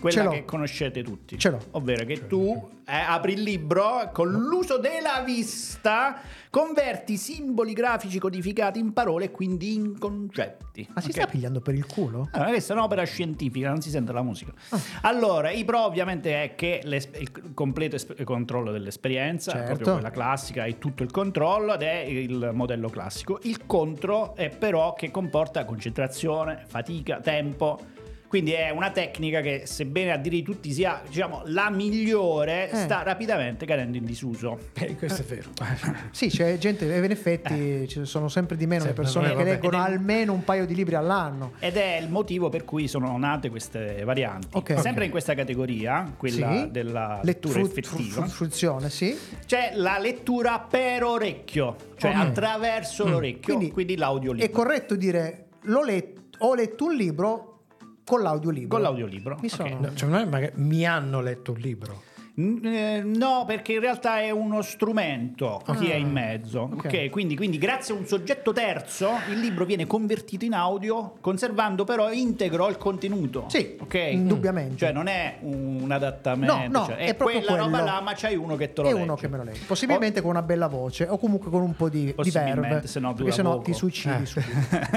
quella che conoscete tutti. Ce l'ho. Ovvero che tu eh, apri il libro con l'uso della vista, converti simboli grafici codificati in parole e quindi in concetti. Ma si Ok? sta pigliando per il culo? Ah, questa è un'opera scientifica, non si sente la musica. Allora, i pro ovviamente è che l'esp- il completo esp- controllo dell'esperienza, Certo. proprio quella classica, è tutto il controllo ed è il modello classico. Il contro è però che comporta concentrazione, fatica, tempo. Quindi è una tecnica che, sebbene a dire di tutti sia, diciamo, la migliore, Eh. sta rapidamente cadendo in disuso. Eh, questo è vero. Sì, c'è gente, e in effetti ci sono sempre di meno le Sempre, persone eh, che vabbè. leggono Ed è- almeno un paio di libri all'anno. Ed è il motivo per cui sono nate queste varianti. Ok. Sempre in questa categoria, quella Sì. della Le lettura fru- effettiva, fru- fruizione, sì. c'è la lettura per orecchio, cioè Ok. attraverso l'orecchio, quindi, Quindi l'audiolibro. È corretto dire l'ho letto, ho letto un libro con l'audiolibro. Con l'audiolibro. Mi ok. sono... No, cioè, non è magari mi hanno letto un libro. N- eh, No, perché in realtà è uno strumento Ah. chi è in mezzo. Ok. Ok, quindi, quindi grazie a un soggetto terzo il libro viene convertito in audio, conservando però integro il contenuto. Sì, ok? indubbiamente. Cioè non è un adattamento, No, no, cioè, è è, proprio quella roba quello. là, ma c'hai uno che te lo È legge. uno che me lo legge. Possibilmente con una bella voce o comunque con un po' di, di Possibilmente, verve. se no dura perché sennò poco. ti suicidi Eh. subito.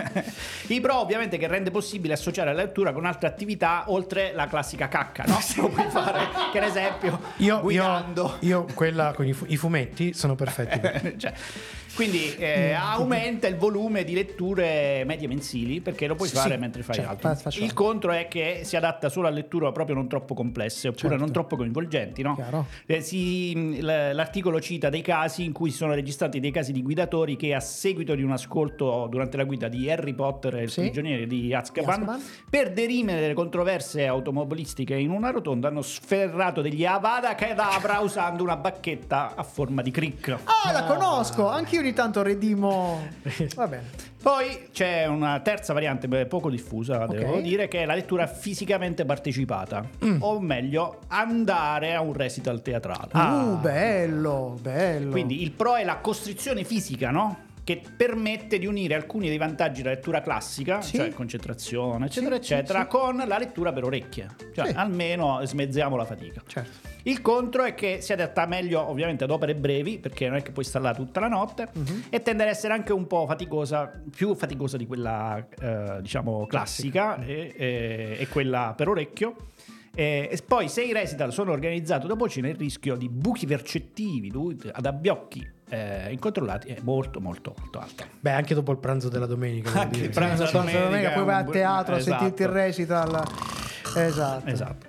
I pro ovviamente che rende possibile associare la lettura con altre attività oltre la classica cacca, no? Se lo puoi fare, che ad esempio Io, guidando. io, io quella con i, fu- i fumetti sono perfetti. Cioè, quindi eh, aumenta il volume di letture medie mensili, perché lo puoi Sì, fare sì, mentre fai certo, altro. fa- faccio Il altro. contro è che si adatta solo a letture proprio non troppo complesse oppure Certo. non troppo coinvolgenti, no? Chiaro. Eh, si- l- l'articolo cita dei casi in cui si sono registrati dei casi di guidatori che a seguito di un ascolto durante la guida di Harry Potter e il Sì. prigioniero di Azkaban, Azkaban. per derimere le controversie automobilistiche in una rotonda hanno sferrato degli Avada Kedavra usando una bacchetta a forma di crick. Ah, la conosco! Anche io ogni tanto redimo. Va bene. Poi c'è una terza variante beh, poco diffusa, devo Ok. dire, che è la lettura fisicamente partecipata, o meglio andare a un recital teatrale. Uh, bello, bello. Quindi il pro è la costrizione fisica, no? Che permette di unire alcuni dei vantaggi della lettura classica, Sì. cioè concentrazione, eccetera, Sì, sì, eccetera, sì. con la lettura per orecchie. Cioè, Sì. almeno smezziamo la fatica. Certo. Il contro è che si adatta meglio ovviamente ad opere brevi, perché non è che puoi stare là tutta la notte, Mhm. e tende ad essere anche un po' faticosa, più faticosa di quella eh, diciamo classica e, e- e quella per orecchio. E, e poi se i recital sono organizzati dopo cena, il rischio di buchi percettivi dovuti ad abbiocchi eh, incontrollati è molto molto molto alto. Beh, anche dopo il pranzo della domenica. devo Anche dire. il pranzo Sì, della sì, domenica, poi vai a un bu- teatro a esatto. sentirti il recital. Esatto. Esatto.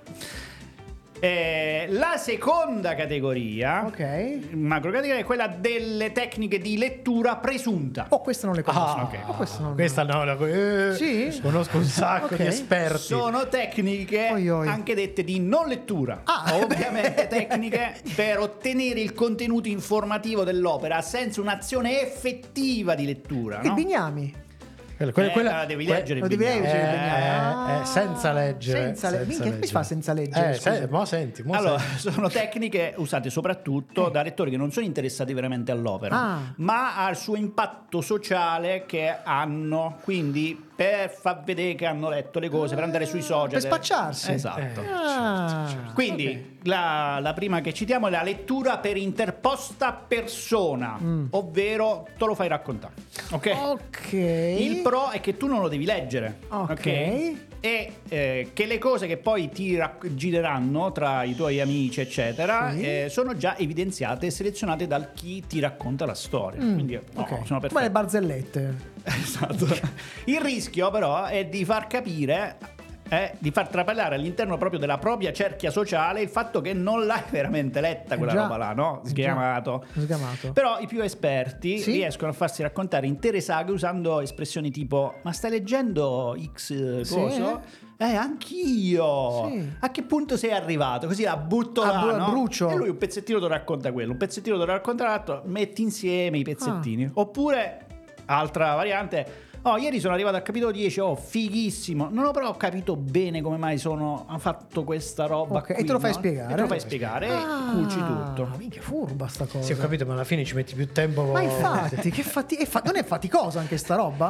Eh, la seconda categoria, Ok. macro categoria, è quella delle tecniche di lettura presunta. Oh, queste non le conosco. Ah, ok. Oh, queste non- Questa no, la- eh, Sì? conosco un sacco Ok. di esperti. Sono tecniche Oi, oi. anche dette di non lettura. Ah. Ovviamente tecniche per ottenere il contenuto informativo dell'opera senza un'azione effettiva di lettura. Il no? bignami. Quella, quella, Eh, quella- la devi que- leggere il Lo devi bignami. leggere il Eh, bignami. eh, senza leggere. Senza le- minchia, come si fa senza leggere? Eh, scusa? se- mo senti, mo Allora, senti. sono tecniche usate soprattutto da lettori che non sono interessati veramente all'opera, Ah. ma al suo impatto sociale che hanno, quindi per far vedere che hanno letto le cose, per andare sui social. Per spacciarsi. Esatto. Ah. Quindi Ok. la, la prima che citiamo è la lettura per interposta persona, Mm. ovvero te lo fai raccontare. Ok? Ok. Il pro è che tu non lo devi leggere, Ok. ok? E eh, che le cose che poi ti rac- gireranno tra i tuoi amici, eccetera, Sì. eh, sono già evidenziate e selezionate dal chi ti racconta la storia. Mm, Quindi no, ok. sono Come le perfette. barzellette. Esatto. Il rischio, però, è di far capire. È di far trapelare all'interno proprio della propria cerchia sociale il fatto che non l'hai veramente letta quella già. roba là, no? Eh, Sgamato. già. Sgamato. Però i più esperti Sì? riescono a farsi raccontare intere saghe usando espressioni tipo: ma stai leggendo X eh, Sì. coso? Eh, anch'io. Sì. A che punto sei arrivato? Così la butto A là, bru- no? brucio. E lui un pezzettino te lo racconta quello, un pezzettino te lo racconta l'altro, metti insieme i pezzettini. Ah. Oppure, altra variante: oh, ieri sono arrivato al capitolo dieci, oh, fighissimo. Non ho però capito bene come mai sono ha fatto questa roba Ok, e qui, te lo fai no? spiegare? E te lo fai spiegare Ah, e cuci tutto. Minchia, furba sta cosa. Sì, ho capito, ma alla fine ci metti più tempo. Ma infatti, che fati- è fa- non è faticosa anche sta roba?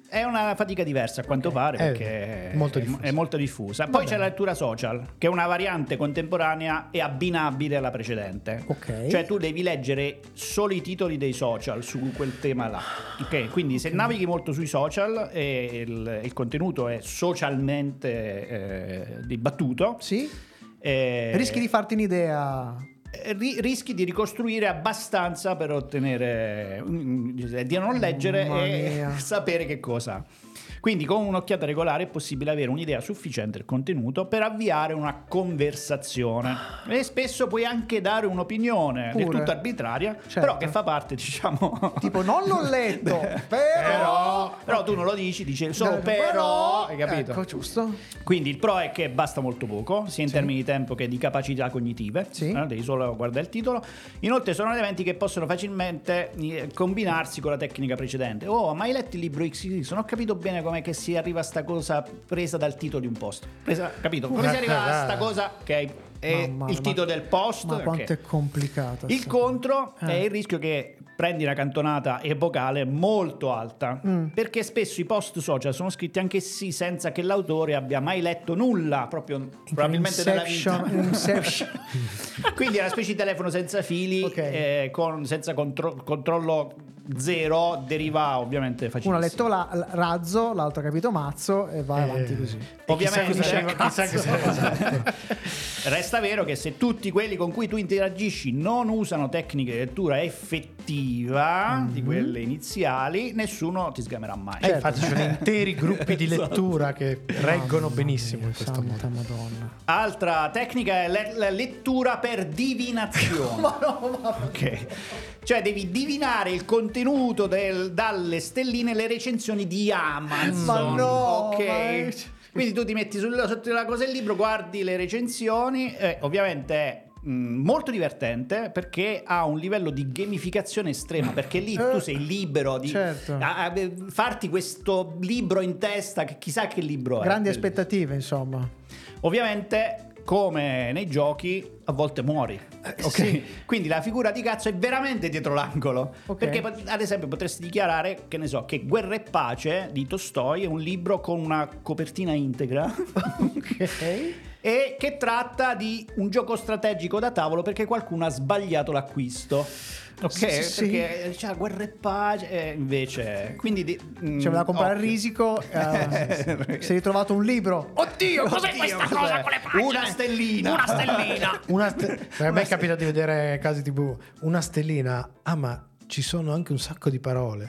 È una fatica diversa a quanto Okay. pare, È perché molto è, diffusa. è molto diffusa. Poi Va c'è bene. la lettura social, che è una variante contemporanea e abbinabile alla precedente. Ok. Cioè tu devi leggere solo i titoli dei social su quel tema là. Ok, quindi se navighi molto sui social e il, il contenuto è socialmente eh, dibattuto, Sì. eh, Rischi di farti un'idea. eh, ri- rischi di ricostruire abbastanza per ottenere mm, di non leggere Mamma e mia. sapere che cosa. Quindi con un'occhiata regolare è possibile avere un'idea sufficiente del contenuto per avviare una conversazione e spesso puoi anche dare un'opinione del Pure. tutto arbitraria, Certo. però che fa parte, diciamo, Tipo, non l'ho letto, però... però tu non lo dici, dici solo No, però, hai capito? Ecco, giusto. Quindi il pro è che basta molto poco, sia in termini di tempo che di capacità cognitive. Sì. Eh, devi solo guardare il titolo. Inoltre sono elementi che possono facilmente eh, combinarsi con la tecnica precedente. Oh, ma hai letto il libro X Y? Non ho capito bene com'è che si arriva a sta cosa presa dal titolo di un post. Presa, capito? Come si arriva a sta cosa che è Mamma, il ma- titolo del post? Ma quanto ok. è complicata. Il sta- contro Eh. è il rischio che prendi una cantonata epocale molto alta, Mm. perché spesso i post social sono scritti anch'essi senza che l'autore abbia mai letto nulla, proprio probabilmente nella vita. Inception, Inception. Quindi è una specie di telefono senza fili, Ok. eh, con, senza contro- controllo zero, deriva ovviamente facilissimo. Uno ha letto la, l- razzo, l'altro ha capito mazzo e va Eh, avanti così. Ovviamente chissà cosa- chissà cosa- esatto. resta vero che se tutti quelli con cui tu interagisci non usano tecniche di lettura effettiva di quelle iniziali, nessuno ti sgamerà mai. Eh, infatti ci sono interi gruppi di Esatto. lettura che reggono benissimo in questo modo. Santa Madonna. Altra tecnica è le- la lettura per divinazione. Ok. Cioè devi divinare il contenuto del- dalle stelline, le recensioni di Amazon. Ma no, ok. ma- Quindi tu ti metti sul- sotto la cosa del libro, guardi le recensioni, eh, ovviamente è mh, molto divertente perché ha un livello di gamificazione estrema, perché lì tu sei libero di Certo. a- a- farti questo libro in testa, che chissà che libro è. Grandi aspettative, insomma. Ovviamente, come nei giochi, a volte muori. Ok? sì. Quindi la figura di cazzo è veramente dietro l'angolo. Ok. Perché, ad esempio, potresti dichiarare, che ne so, che Guerra e Pace di Tolstoi è un libro con una copertina integra. Ok. E che tratta di un gioco strategico da tavolo perché qualcuno ha sbagliato l'acquisto. Ok, Sì, sì. perché c'è Guerra e Pace, e invece. Quindi. di- mm, Cioè, voleva comprare il occhio. risico, eh, si è ritrovato un libro. Oddio, cos'è Oddio, questa cos'è? cosa con le pagine? Una stellina. Una stellina. Una ste- a me capita di vedere casi tipo una stellina. Ah, ma ci sono anche un sacco di parole.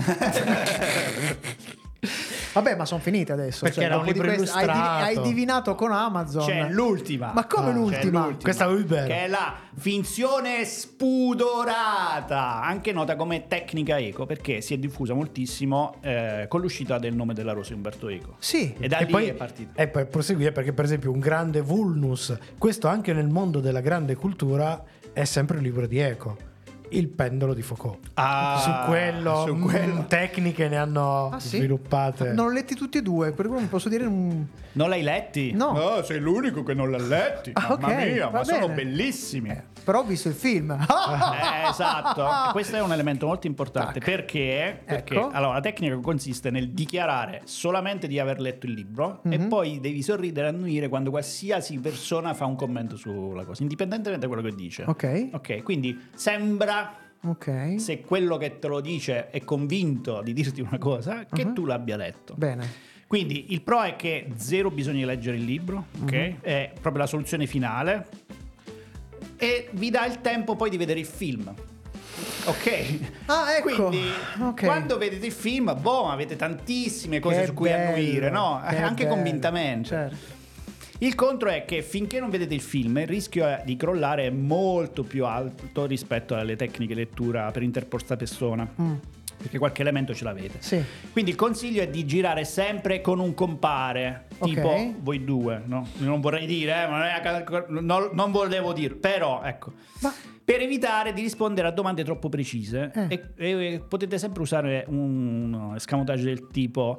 Vabbè, ma sono finite adesso. Perché cioè, era un dopo di libro queste- hai, div- illustrato. hai divinato con Amazon. C'è l'ultima. Ma come Ah, l'ultima? C'è l'ultima, Questa Uber. che è la finzione spudorata, anche nota come tecnica eco, perché si è diffusa moltissimo eh, con l'uscita del Nome della Rosa di Umberto Eco. Sì. E da E lì poi, è partito. e poi proseguire perché per esempio un grande vulnus, questo anche nel mondo della grande cultura, è sempre un libro di Eco, Il pendolo di Foucault. Ah, su quello, su mm, quello. tecniche ne hanno Ah, sì? sviluppate. Non l'ho letti tutti e due, per cui non posso dire un... Non l'hai letti? No. Oh, sei l'unico che non l'ha letti. Ah, Mamma ok, mia, va ma sono bene. bellissimi. Però ho visto il film. Eh, esatto, questo è un elemento molto importante perché, perché Ecco. allora, la tecnica consiste nel dichiarare solamente di aver letto il libro e Mhm. poi devi sorridere e annuire quando qualsiasi persona fa un commento sulla cosa, indipendentemente da quello che dice. Ok. Ok, quindi sembra, Ok. se quello che te lo dice è convinto di dirti una cosa, che Mhm. tu l'abbia letto. Bene. Quindi il pro è che zero bisogna leggere il libro, ok? Mhm. È proprio la soluzione finale. E vi dà il tempo poi di vedere il film. Ok? Ah, ecco. Quindi Ok. quando vedete il film, boh, avete tantissime cose Che su cui bello, annuire, no? che Anche bello. convintamente. Certo. Il contro è che finché non vedete il film il rischio è di crollare è molto più alto rispetto alle tecniche di lettura per interposta persona. Mm. Perché qualche elemento ce l'avete. Sì. Quindi il consiglio è di girare sempre con un compare, tipo Ok. voi due, no? Non vorrei dire, eh, ma non, è- non- non volevo dire, però ecco. Ma- Per evitare di rispondere a domande troppo precise Eh. e, e potete sempre usare un escamotage del tipo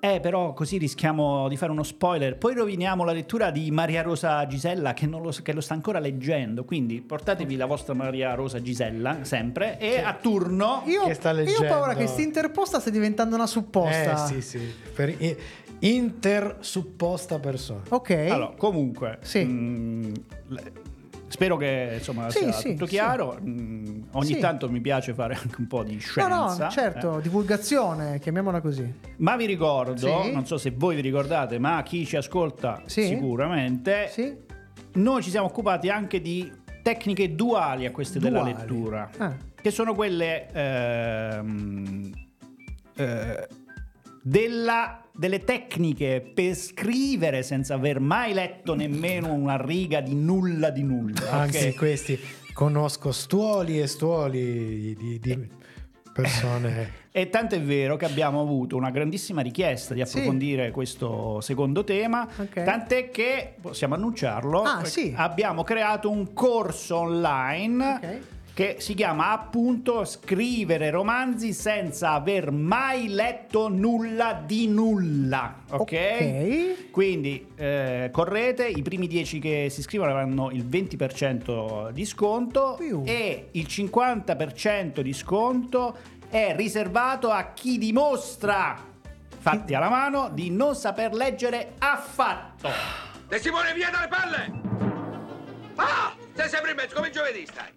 Eh, però così rischiamo di fare uno spoiler. Poi roviniamo la lettura di Maria Rosa Gisella, che, non lo, che lo sta ancora leggendo. Quindi portatevi la vostra Maria Rosa Gisella, sempre. E a turno... Io, che sta io ho leggendo. paura che sta interposta stia diventando una supposta. Eh, sì, sì. Per i- intersupposta persona. Ok. Allora, comunque... Sì. mh, le- spero che insomma Sì, sia sì, tutto sì. chiaro. Mh, ogni Sì. tanto mi piace fare anche un po' di No, scienza. no, certo, eh. divulgazione, chiamiamola così. Ma vi ricordo, Sì. non so se voi vi ricordate, ma chi ci ascolta Sì. sicuramente, Sì. noi ci siamo occupati anche di tecniche duali a queste della Duali. lettura, Ah. che sono quelle ehm, eh, della, delle tecniche per scrivere senza aver mai letto nemmeno una riga di nulla di nulla. Anche ok? questi conosco stuoli e stuoli di, di persone. E tanto è vero che abbiamo avuto una grandissima richiesta di Sì. approfondire questo secondo tema, Ok. tant'è che, possiamo annunciarlo, Ah, sì. abbiamo creato un corso online Ok. che si chiama appunto Scrivere romanzi senza aver mai letto nulla di nulla, ok? Ok. Quindi eh, correte, i primi dieci che si iscrivono avranno il venti per cento di sconto Più. e il cinquanta per cento di sconto è riservato a chi dimostra, fatti alla mano, di non saper leggere affatto. Te Simone, via dalle palle! Ah! Sei sempre in mezzo, come giovedì stai.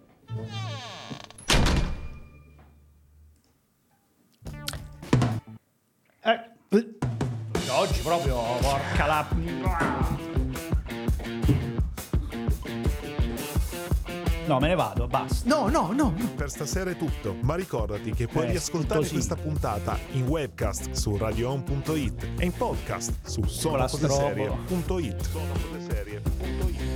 Eh, oggi proprio, porca la... No, me ne vado, basta. No, no, no, no. Per stasera è tutto, ma ricordati che puoi Eh, riascoltare tutto sì. questa puntata in webcast su radio on punto it e in podcast su sono la cose strobo. serie punto it. sono cose serie punto it.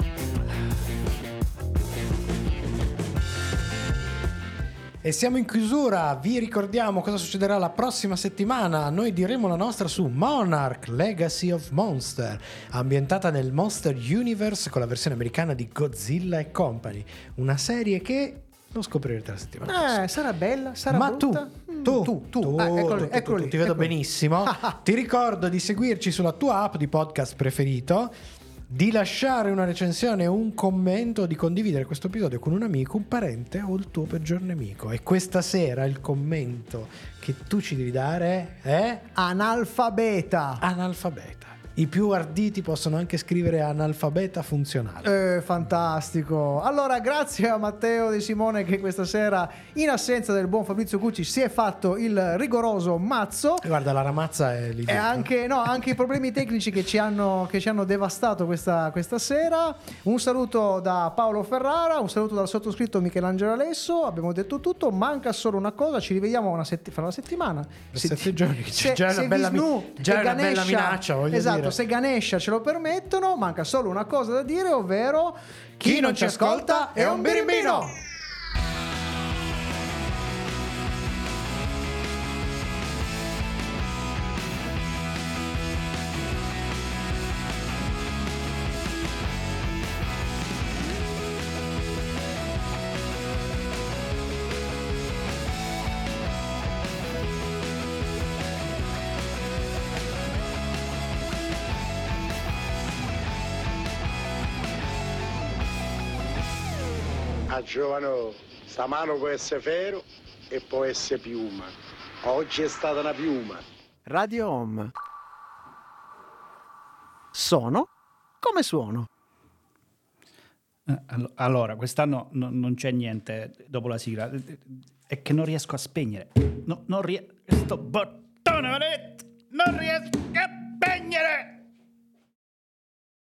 E siamo in chiusura, vi ricordiamo cosa succederà la prossima settimana. Noi diremo la nostra su Monarch Legacy of Monster, ambientata nel Monster Universe con la versione americana di Godzilla e Company, una serie che lo scoprirete la settimana prossima. Eh, sarà bella, sarà Ma brutta. tu, Mm, tu, tu, tu, tu, Ah, eccolo lì, tu, eccolo tu, lì, ti vedo eccolo lì. benissimo. Ti ricordo di seguirci sulla tua app di podcast preferito, di lasciare una recensione o un commento, di condividere questo episodio con un amico, un parente o il tuo peggior nemico. E questa sera il commento che tu ci devi dare è Analfabeta. analfabeta. I più arditi possono anche scrivere analfabeta funzionale. Eh, fantastico. Allora, grazie a Matteo De Simone che questa sera, in assenza del buon Fabrizio Cucci, si è fatto il rigoroso mazzo. Guarda, la ramazza è lì. E anche, no, anche i problemi tecnici che ci hanno, che ci hanno devastato questa, questa sera. Un saluto da Paolo Ferrara, un saluto dal sottoscritto Michelangelo Alesso. Abbiamo detto tutto, manca solo una cosa. Ci rivediamo una setti- fra una settimana. Per sette giorni, che c'è Se- già una se bella mi- Vishnu già e una bella Ganesha- minaccia, voglio esatto, dire. se Ganesha ce lo permettono, manca solo una cosa da dire, ovvero chi, non ci ascolta è un birimbino. A giovano, sta mano può essere ferro e può essere piuma. Oggi è stata una piuma. Radio Home. Sono come suono. Eh, allo- Allora, quest'anno no- non c'è niente dopo la sigla. È che non riesco a spegnere. No, non riesco. Questo bottone maledetto non riesco a spegnere.